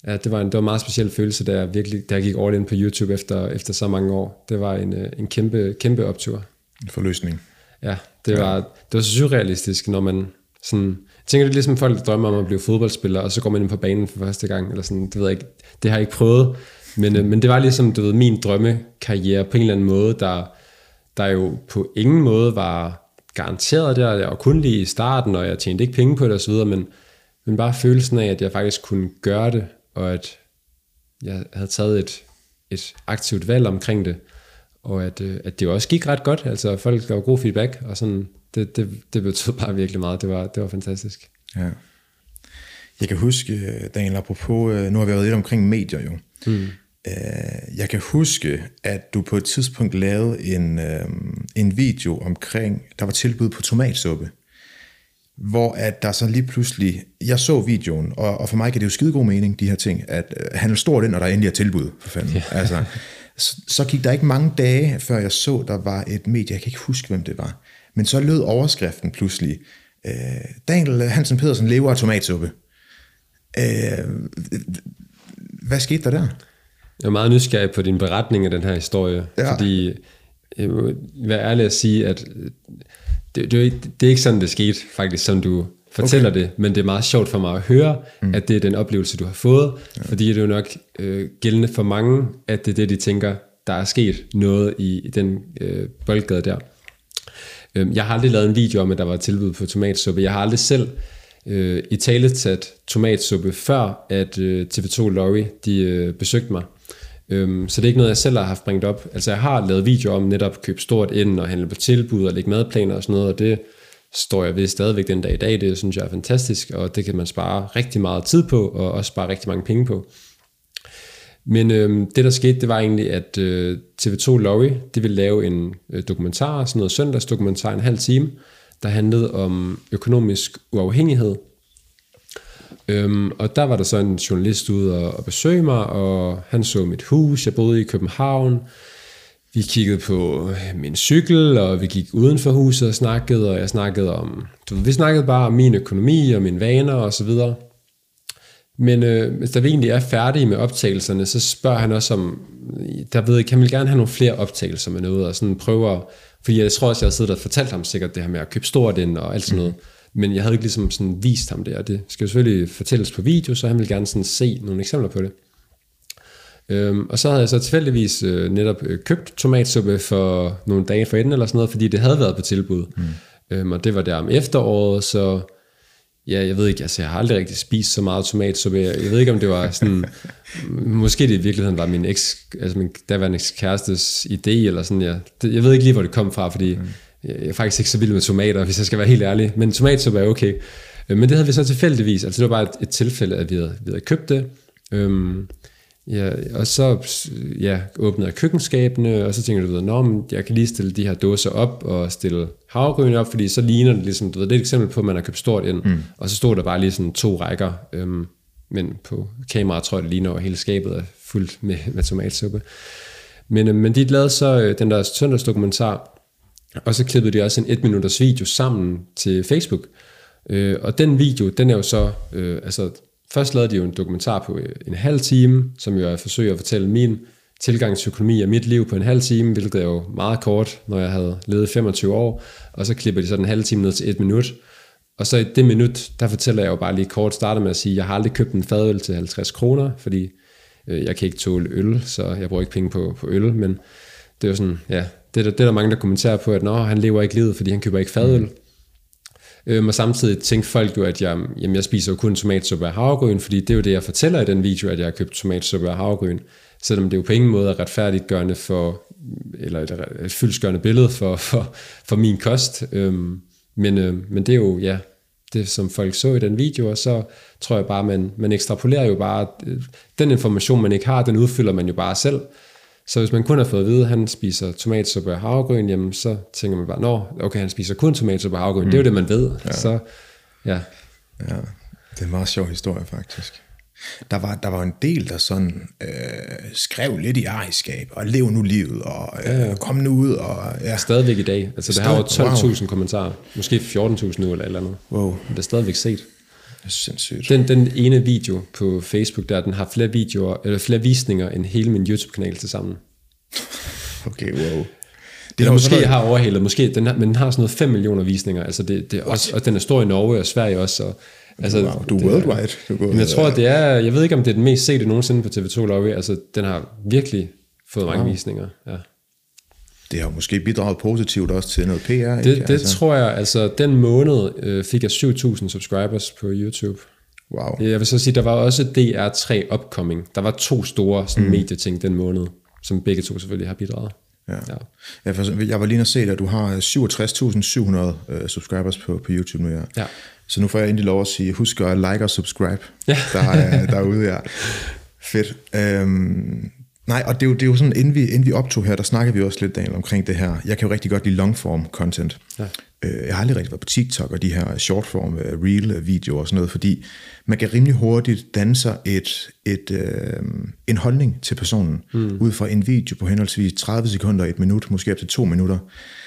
Ja, det var en, det var en meget speciel følelse, da jeg virkelig, da jeg gik all in på YouTube efter, efter så mange år. Det var en, en kæmpe, kæmpe optur. En forløsning. Ja, det var, det var så surrealistisk, når man sådan... Jeg tænker, det er ligesom folk, der drømmer om at blive fodboldspiller, og så går man ind på banen for første gang, eller sådan, det ved jeg ikke, det har jeg ikke prøvet, men, men det var ligesom, du ved, min drømmekarriere på en eller anden måde, der, der jo på ingen måde var garanteret der, jeg var kun lige i starten, og jeg tjente ikke penge på det osv., men, men bare følelsen af, at jeg faktisk kunne gøre det, og at jeg havde taget et, et aktivt valg omkring det, og at, at det også gik ret godt, altså folk gav god feedback, og sådan, det, det, det betød bare virkelig meget, det var, det var fantastisk. Ja. Jeg kan huske, Daniel, apropos, nu har vi været lidt omkring medier jo, mm. jeg kan huske, at du på et tidspunkt lavede en, en video omkring, der var tilbud på tomatsuppe, hvor at der så lige pludselig, jeg så videoen, og, og for mig kan det jo skide god mening, de her ting, at handle stort ind, når der endelig er tilbud, for fanden. Ja. Altså, så, så gik der ikke mange dage, før jeg så, der var et medie, jeg kan ikke huske, hvem det var, men så lød overskriften pludselig, øh, Daniel Hansen Pedersen lever af tomatsuppe. Øh, hvad skete der der? Jeg er meget nysgerrig på din beretning af den her historie, ja. Fordi jeg må være ærlig at sige, at det, det, er ikke, det er ikke sådan, det skete, faktisk, som du fortæller okay. det, men det er meget sjovt for mig at høre, mm. at det er den oplevelse, du har fået, ja. Fordi det er jo nok øh, gældende for mange, at det er det, de tænker, der er sket noget i, i den øh, boldgade der. Jeg har aldrig lavet en video om, at der var tilbud på tomatsuppe. Jeg har aldrig selv øh, i tale taget tomatsuppe, før at øh, T V to Lorry, de øh, besøgte mig. Øhm, så det er ikke noget, jeg selv har haft bringet op. Altså jeg har lavet videoer om netop købe stort ind og handle på tilbud og lægge madplaner og sådan noget, og det står jeg ved stadigvæk den dag i dag. Det synes jeg er fantastisk, og det kan man spare rigtig meget tid på, og også spare rigtig mange penge på. Men øh, det der skete, det var egentlig, at øh, T V to Lorry, de ville lave en øh, dokumentar, sådan noget søndagsdokumentar, en halv time, der handlede om økonomisk uafhængighed. Øhm, og der var der så en journalist ude og, og besøge mig, og han så mit hus, jeg boede i København. Vi kiggede på min cykel, og vi gik uden for huset og snakkede, og jeg snakkede om, du ved, vi snakkede bare om min økonomi og mine vaner og så videre. Men øh, hvis der vi egentlig er færdige med optagelserne, så spørger han også om, der ved jeg, kan man gerne have nogle flere optagelser med noget, og sådan prøver, fordi jeg tror også, jeg har siddet og fortalt ham sikkert det her med at købe stort ind og alt sådan noget, mm. men jeg havde ikke ligesom sådan vist ham det, og det skal jo selvfølgelig fortælles på video, så han ville gerne sådan se nogle eksempler på det. Øhm, og så havde jeg så tilfældigvis øh, netop øh, købt tomatsuppe for nogle dage forinden eller sådan noget, fordi det havde været på tilbud, mm. øhm, og det var der om efteråret, så ja, jeg ved ikke, altså jeg har aldrig rigtig spist så meget tomatsuppe. Jeg, jeg ved ikke, om det var sådan, måske det i virkeligheden var min eks, altså min daværende ekskærestes idé, eller sådan, ja. Det, jeg ved ikke lige, hvor det kom fra, fordi mm. jeg, jeg er faktisk ikke så vild med tomater, hvis jeg skal være helt ærlig, men tomatsuppe er okay. Men det havde vi så tilfældigvis, altså det var bare et, et tilfælde, at vi havde, vi havde købt det, øhm, ja, og så ja, åbnede jeg køkkenskabene, og så tænkte jeg, du ved, jeg kan lige stille de her dåser op, og stille havregryn op, fordi så ligner det ligesom, du ved, det er et eksempel på, at man har købt stort ind, mm. og så stod der bare lige sådan to rækker, øhm, men på kameraet tror jeg, det ligner, og hele skabet er fuldt med, med tomatsuppe. Men, øh, men de lavede så øh, den der søndagsdokumentar, og så klippede de også en et minutters video sammen til Facebook, øh, og den video, den er jo så, øh, altså, først lavede de jo en dokumentar på en halv time, som jo er et forsøg at fortælle min tilgang til økonomi og mit liv på en halv time, hvilket er jo meget kort, når jeg havde levet femogtyve år, og så klipper de så den halve time ned til et minut. Og så i det minut, der fortæller jeg jo bare lige kort, starter med at sige, at jeg har aldrig købt en fadøl til halvtreds kroner, fordi øh, jeg kan ikke tåle øl, så jeg bruger ikke penge på, på øl, men det er jo sådan, ja, det er, det er der mange, der kommenterer på, at nå, han lever ikke livet, fordi han køber ikke fadøl. Mm. Øhm, og samtidig tænkte folk jo, at jeg, jamen, jeg spiser jo kun tomatsuppe af havregryn, fordi det er jo det, jeg fortæller i den video, at jeg har købt tomatsuppe af havregryn, selvom det er jo på ingen måde er retfærdiggørende for, eller et, et fyldestgørende billede for, for, for min kost. Øhm, men, øh, men det er jo, ja, det som folk så i den video, og så tror jeg bare, man, man ekstrapolerer jo bare, den information, man ikke har, den udfylder man jo bare selv. Så hvis man kun har fået at vide, at han spiser tomatsuppe af havregryn, jamen så tænker man bare, nå, okay, han spiser kun tomatsuppe af havregryn. Mm. Det er jo det, man ved. Ja. Så, ja. Ja, det er en meget sjov historie, faktisk. Der var, der var en del, der sådan øh, skrev lidt i ejerskab, og lev nu livet, og øh, ja, ja. kom nu ud. Og, ja. Stadigvæk i dag. Altså, det har jo tolv tusind wow. kommentarer. Måske fjorten tusind nu, eller et eller andet. Wow. Men det er stadigvæk set. Det er sindssygt. Den, den ene video på Facebook der, den har flere videoer, eller flere visninger end hele min YouTube-kanal til sammen. Okay, wow. Det eller måske noget... jeg har overhældet, måske, den har, men den har sådan noget fem millioner visninger, altså det, det er også, og den er stor i Norge og Sverige også. Og, altså, wow, du er worldwide. Du går, men jeg tror, det er, jeg ved ikke, om det er den mest sete nogensinde på T V to Lorry, altså den har virkelig fået mange wow. visninger, ja. Det har måske bidraget positivt også til noget P R, det, ikke? Det altså. tror jeg, altså den måned øh, fik jeg syv tusind subscribers på YouTube. Wow. Jeg vil så sige, der var også D R tre Upcoming. Der var to store sådan, mm. medieting den måned, som begge to selvfølgelig har bidraget. Ja. Ja. Ja, for jeg var lige at se, at du har syvogtres tusind syv hundrede uh, subscribers på, på YouTube nu. Ja. Ja. Så nu får jeg endelig lov at sige, husk at like og subscribe, ja. der er derude. Ja. Fedt. Øhm, nej, og det er, jo, det er jo sådan, inden vi, inden vi optog her, der snakker vi også lidt, Daniel, omkring det her. Jeg kan jo rigtig godt lide longform content. Ja. Øh, jeg har aldrig rigtig været på TikTok og de her shortform, reel videoer og sådan noget, fordi man kan rimelig hurtigt danne sig et, et, øh, en holdning til personen, mm. ud fra en video på henholdsvis tredive sekunder, et minut, måske op til to minutter.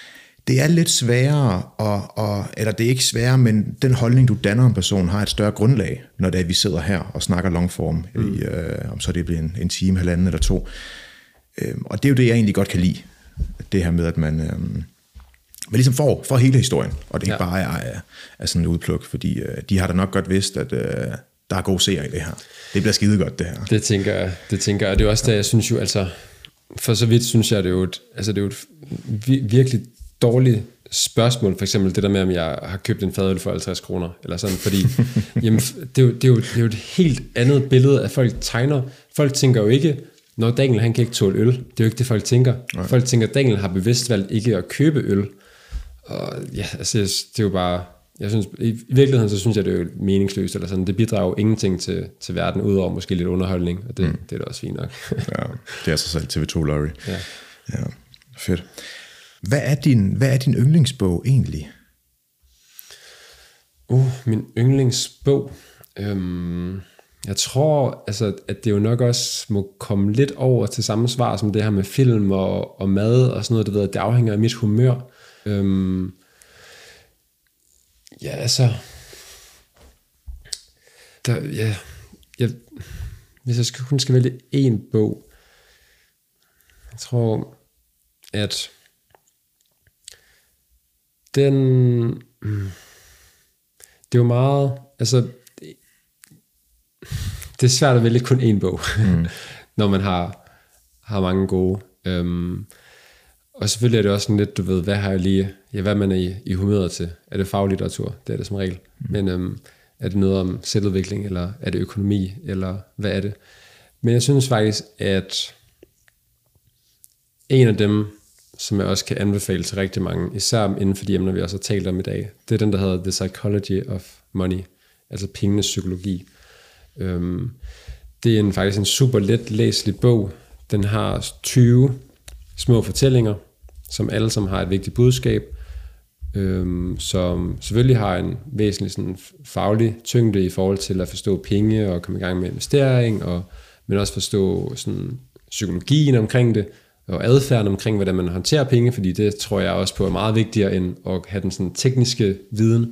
Det er lidt sværere, og, og, eller det er ikke sværere, men den holdning, du danner om personen, har et større grundlag, når det er, vi sidder her og snakker longform, mm. i, øh, om så det bliver en, en time, halvanden eller to. Øh, og det er jo det, jeg egentlig godt kan lide. Det her med, at man, øh, man ligesom får, får hele historien, og det ikke ja. bare er, er sådan et udpluk, fordi øh, de har da nok godt vidst, at øh, der er gode seere i det her. Det bliver skide godt, det her. Det tænker jeg, det tænker jeg. Det er også det, jeg synes jo, altså, for så vidt synes jeg, det er jo et, altså, det er jo et virkelig dårligt spørgsmål, for eksempel det der med, om jeg har købt en fadøl for halvtreds kroner, eller sådan, fordi jamen, det, er jo, det, er jo, det er jo et helt andet billede, at folk tegner. Folk tænker jo ikke, når Daniel han kan ikke tåle øl. Det er jo ikke det, folk tænker. Nej. Folk tænker, at Daniel har bevidst valgt ikke at købe øl. Og ja, altså, det er jo bare, jeg synes, i virkeligheden, så synes jeg, det er jo meningsløst, eller sådan. Det bidrager jo ingenting til, til verden, udover måske lidt underholdning, og det, mm. det er da også fint nok. Ja, det er så selv T V to Lorry. Ja. Ja, fedt. Hvad er din, hvad er din yndlingsbog egentlig? Uh, min yndlingsbog? Øhm, jeg tror, altså, at det jo nok også må komme lidt over til samme svar, som det her med film og, og mad og sådan noget, det, ved, det afhænger af mit humør. Øhm, ja, altså... Der, ja, jeg, hvis jeg skal, kun skal vælge én bog, jeg tror, at den, det er jo meget, altså, det, det er svært at vælge kun én bog, mm. når man har, har mange gode. Øhm, og selvfølgelig er det også sådan lidt, du ved, hvad har jeg lige, ja, hvad man er i, i humøret til. Er det faglitteratur? Det er det som regel. Mm. Men øhm, er det noget om selvudvikling, eller er det økonomi, eller hvad er det? Men jeg synes faktisk, at en af dem, som jeg også kan anbefale til rigtig mange, især inden for de emner, vi også har talt om i dag, det er den, der hedder The Psychology of Money, altså pengenes psykologi. Øhm, det er en, faktisk en super let læselig bog. Den har tyve små fortællinger, som alle sammen har et vigtigt budskab, øhm, som selvfølgelig har en væsentlig sådan, faglig tyngde i forhold til at forstå penge og komme i gang med investering, og, men også forstå sådan, psykologien omkring det, og adfærden omkring, hvordan man håndterer penge, fordi det tror jeg også på er meget vigtigere end at have den sådan tekniske viden.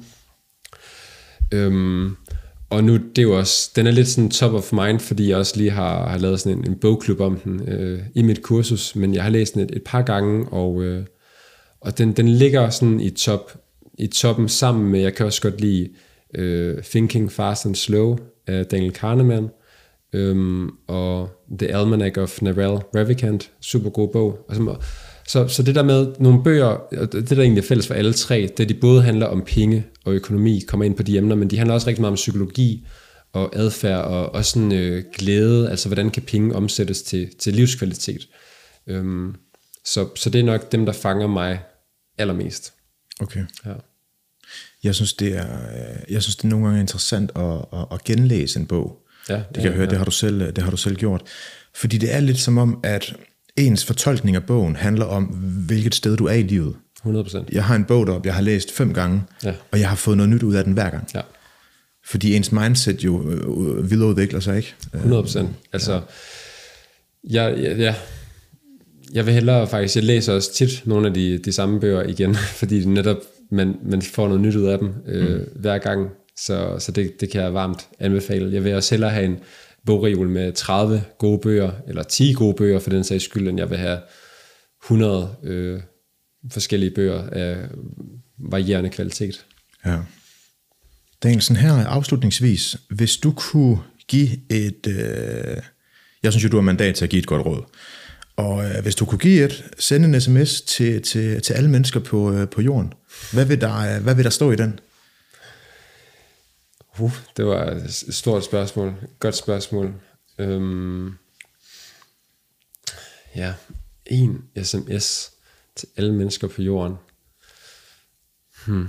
Øhm, og nu, det er jo også, den er lidt sådan top of mind, fordi jeg også lige har, har lavet sådan en, en bogklub om den øh, i mit kursus, men jeg har læst den et, et par gange, og, øh, og den, den ligger sådan i, top, i toppen sammen med, jeg kan også godt lide øh, Thinking Fast and Slow af Daniel Kahneman, Øhm, og The Almanac of Naval Ravikant, super god bog. Og så, så det der med nogle bøger, det der egentlig er fælles for alle tre, det de både handler om penge og økonomi, kommer ind på de emner, men de handler også rigtig meget om psykologi og adfærd og også sådan øh, glæde, altså hvordan kan penge omsættes til, til livskvalitet. Øhm, så, så det er nok dem, der fanger mig allermest. Okay. Ja. Jeg synes, det er, jeg synes, det er nogle gange interessant at, at, at genlæse en bog. Ja, det kan ja, jeg høre, ja. det, har du selv, det har du selv gjort. Fordi det er lidt som om, at ens fortolkning af bogen handler om, hvilket sted du er i livet. hundrede procent. Jeg har en bog deroppe, jeg har læst fem gange, ja. og jeg har fået noget nyt ud af den hver gang. Ja. Fordi ens mindset jo øh, videreudvikler sig, ikke? hundrede procent. Altså, ja. jeg, jeg, jeg, jeg vil hellere faktisk, jeg læser også tit nogle af de, de samme bøger igen, fordi netop man, man får noget nyt ud af dem øh, mm. hver gang. Så, så det, det kan jeg varmt anbefale. Jeg vil også hellere have en bogreol med tredive gode bøger, eller ti gode bøger for den sags skyld, end jeg vil have hundrede øh, forskellige bøger af varierende kvalitet. Ja. Danielsen, her afslutningsvis, hvis du kunne give et, øh, jeg synes jo, du har mandat til at give et godt råd, og øh, hvis du kunne give et, sende en sms til, til, til alle mennesker på, øh, på jorden, hvad vil, der, hvad vil der stå i den? Uh, det var et stort spørgsmål, godt spørgsmål. Øhm, ja, en sms til alle mennesker på jorden. Hmm.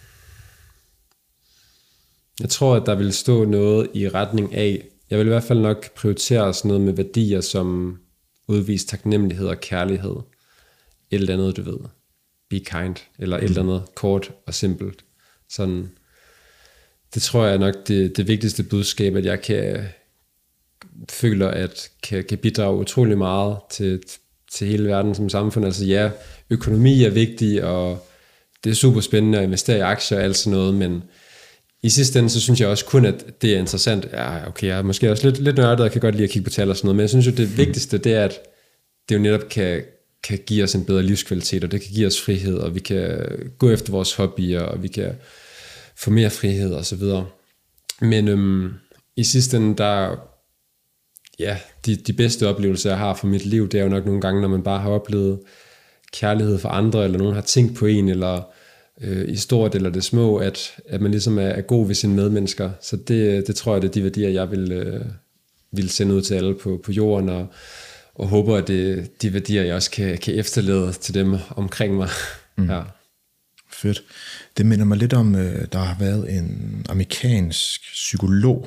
Jeg tror, at der vil stå noget i retning af, jeg vil i hvert fald nok prioritere sådan noget med værdier, som udvise taknemmelighed og kærlighed. Et eller andet, du ved. Be kind. Eller et eller andet kort og simpelt. Sådan, det tror jeg er nok det, det vigtigste budskab, at jeg kan føler, at kan, kan bidrage utrolig meget til, til hele verden som samfund. Altså ja, økonomi er vigtig, og det er super spændende at investere i aktier og alt sådan noget, men i sidste ende, så synes jeg også kun, at det er interessant. Ja, okay, jeg er måske også lidt, lidt nørdet, og kan godt lide at kigge på tal og sådan noget, men jeg synes jo, det vigtigste, det er, at det jo netop kan, kan give os en bedre livskvalitet, og det kan give os frihed, og vi kan gå efter vores hobbyer, og vi kan få mere frihed og så videre. Men øhm, i sidste ende, der ja, de, de bedste oplevelser, jeg har for mit liv, det er jo nok nogle gange, når man bare har oplevet kærlighed for andre, eller nogen har tænkt på en, eller øh, i stort eller det små, at, at man ligesom er, er god ved sine medmennesker. Så det, det tror jeg, det er de værdier, jeg vil, øh, vil sende ud til alle på, på jorden, og, og håber, at det er de værdier, jeg også kan, kan efterlade til dem omkring mig. Mm. Ja. Fedt. Det minder mig lidt om, øh, der har været en amerikansk psykolog.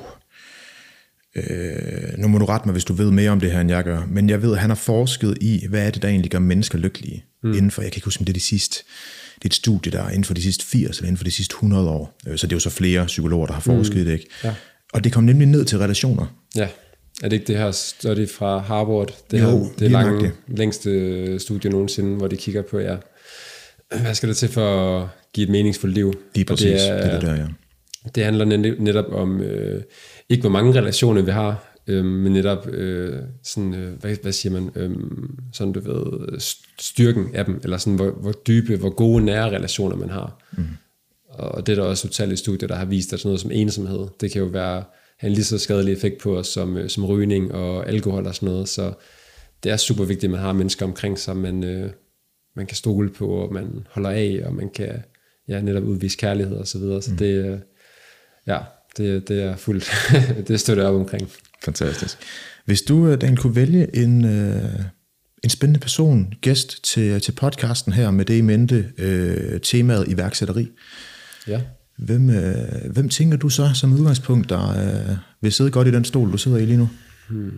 Øh, nu må du rette mig, hvis du ved mere om det her, end jeg gør. Men jeg ved, at han har forsket i, hvad er det, der egentlig gør mennesker lykkelige. Mm. Inden for, jeg kan ikke huske, om det er de sidste, det er et studie, der er inden for de sidste firs, eller inden for de sidste hundrede år. Så det er jo så flere psykologer, der har forsket mm. i det, ikke? Ja. Og det kom nemlig ned til relationer. Ja. Er det ikke det her studie fra Harvard? Det, jo, her, det er lange, det. længste studie nogensinde, hvor de kigger på, ja, hvad skal det til for at give et meningsfuldt liv? Lige præcis, det er, det, er det der, ja. Det handler netop om, øh, ikke hvor mange relationer vi har, øh, men netop, øh, sådan, øh, hvad, hvad siger man, øh, sådan du ved, styrken af dem, eller sådan, hvor, hvor dybe, hvor gode, nære relationer man har. Mm. Og det er der også utallige studier, der har vist, at sådan noget som ensomhed, det kan jo være, have en lige så skadelig effekt på os, som, som rygning og alkohol og sådan noget, så det er super vigtigt, at man har mennesker omkring sig, man, øh, man kan stole på, og man holder af, og man kan ja, netop udvise kærlighed og så videre, så mm. det ja, det, det er fuldt, det støtter jeg op omkring. Fantastisk. Hvis du, Dan, kunne vælge en, øh, en spændende person, gæst til, til podcasten her, med det i mente, øh, temaet iværksætteri, ja. hvem, øh, hvem tænker du så som udgangspunkt, der øh, vil sidde godt i den stol, du sidder i lige nu? Hmm.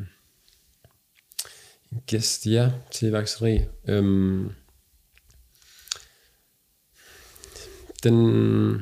En gæst, ja, til iværksætteri. Øhm, den...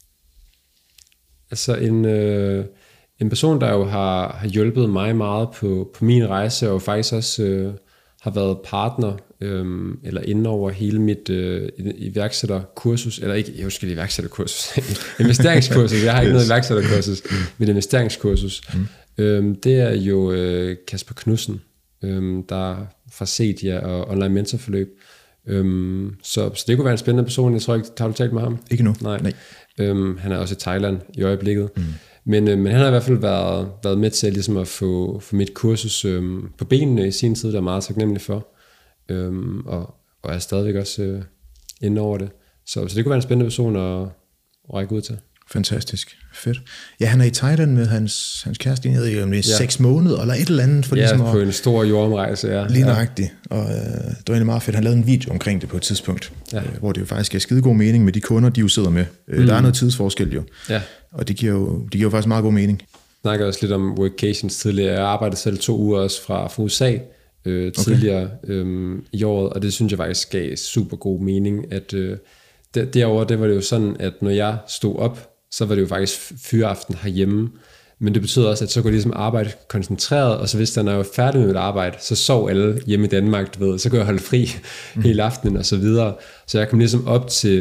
Altså en, øh, en person, der jo har, har hjulpet mig meget på, på min rejse, og faktisk også øh, har været partner, øh, eller inde over hele mit øh, iværksætterkursus, eller ikke, jeg husker det iværksætterkursus, investeringskursus, jeg har ikke yes. noget iværksætterkursus, men investeringskursus. Mm. Øh, det er jo øh, Kasper Knudsen, øh, der fra Cedia og online mentorforløb. Øh, så, så det kunne være en spændende person. Jeg tror ikke, har du talt med ham? Ikke nu. Nej. Nej. Øhm, han er også i Thailand i øjeblikket, mm. men, øh, men han har i hvert fald været, været med til ligesom at få, få mit kursus øhm, på benene i sin tid, der er meget taknemmelig for, øhm, og, og er stadigvæk også øh, inde over det. Så, så det kunne være en spændende person at, at række ud til. Fantastisk. Fedt. Ja, han er i Thailand med hans, hans kæreste i om det er ja. seks måneder, eller et eller andet. For ja, ligesom på at, en stor jordomrejse, ja. Lige nøjagtigt. Og øh, det var egentlig meget fedt. Han lavede en video omkring det på et tidspunkt, ja. øh, hvor det jo faktisk er skide god mening med de kunder, de jo sidder med. Øh, mm. Der er noget tidsforskel jo. Ja. Og det giver jo, det giver jo faktisk meget god mening. Jeg snakker også lidt om workations tidligere. Jeg arbejdede selv to uger også fra, fra U S A øh, tidligere okay. øh, i året, og det synes jeg faktisk gav super god mening. At øh, der, derovre, det var det jo sådan, at når jeg stod op, så var det jo faktisk fyreaften herhjemme. Men det betyder også, at så kunne de ligesom arbejde koncentreret, og så hvis der er jo færdig med et arbejde, så sov alle hjemme i Danmark, du ved, så kunne jeg holde fri mm. hele aftenen og så videre. Så jeg kom ligesom op til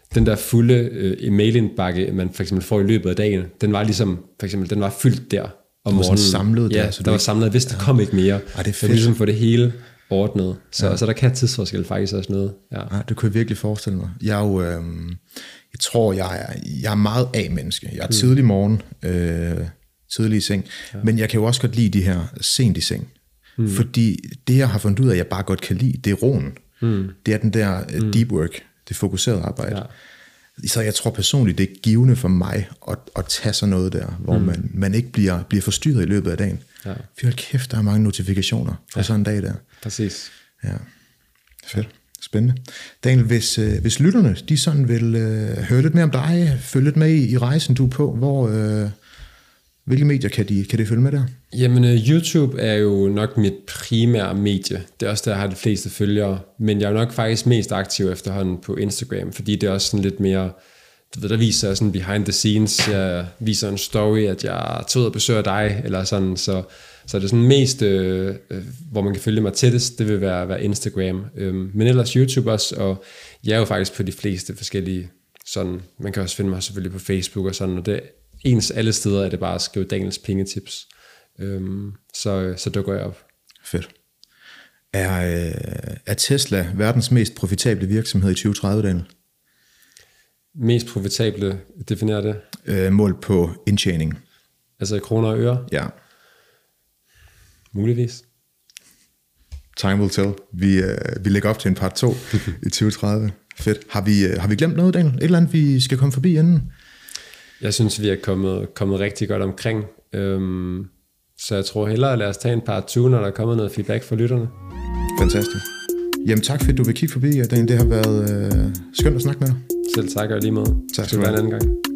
den der fulde øh, e-mailindbakke, man for eksempel får i løbet af dagen, den var ligesom, for eksempel, den var fyldt der om morgenen. Samlet ja, der, så der var ikke... samlet, hvis der ja. kom ikke mere. Ej, det er fedt. Så ligesom få det hele ordnet. Så, ja. så der kan tidsforskel faktisk også noget. Ja. Ja, det kunne jeg virkelig forestille mig. Jeg er jo, øh, jeg tror, jeg er, jeg er meget A-menneske. Jeg er tidlig morgen, øh, tidlig i seng, ja. men jeg kan jo også godt lide de her sent i seng. Mm. Fordi det, jeg har fundet ud af, at jeg bare godt kan lide, det er roen. Mm. Det er den der uh, deep work, det fokuserede arbejde. Ja. Så jeg tror personligt, det er givende for mig at, at tage sådan noget der, hvor mm. man, man ikke bliver, bliver forstyrret i løbet af dagen. Ja. For hold kæft, der er mange notifikationer på ja. sådan en dag der. Præcis. Ja, fedt. Spændende. Daniel, hvis, øh, hvis lytterne, de sådan vil øh, høre lidt mere om dig, følge lidt med i, i rejsen, du er på, hvor, øh, hvilke medier kan de, kan de følge med der? Jamen, uh, YouTube er jo nok mit primære medie. Det er også der, jeg har de fleste følgere. Men jeg er jo nok faktisk mest aktiv efterhånden på Instagram, fordi det er også sådan lidt mere, du ved, der viser jeg sådan behind the scenes. Jeg viser en story, at jeg tager ud og besøger dig, eller sådan. Så, så det er sådan mest, øh, hvor man kan følge mig tættest, det vil være, være Instagram. Øhm, men ellers YouTube også, og jeg er jo faktisk på de fleste forskellige sådan. Man kan også finde mig selvfølgelig på Facebook og sådan, og det ens alle steder er det bare at skrive Daniels pengetips. Øhm, så, så dukker jeg op. Fedt. Er, øh, er Tesla verdens mest profitable virksomhed i tyve tredive, Daniel? Mest profitable, definerer det? Øh, målt på indtjening. Altså i kroner og øre? Ja. Muligvis. Time will tell. Vi, øh, vi lægger op til en part to i tyve tredive. Fedt. Har vi, øh, har vi glemt noget, Daniel? Et eller andet, vi skal komme forbi inden? Jeg synes, vi er kommet, kommet rigtig godt omkring. Øhm, så jeg tror hellere, lad os tage en part to, når der er kommet noget feedback fra lytterne. Fantastisk. Jamen tak, fordi du vil kigge forbi, Daniel. Det har været øh, skønt at snakke med dig. Selv tak, og lige måde. Tak skal du have. En anden gang.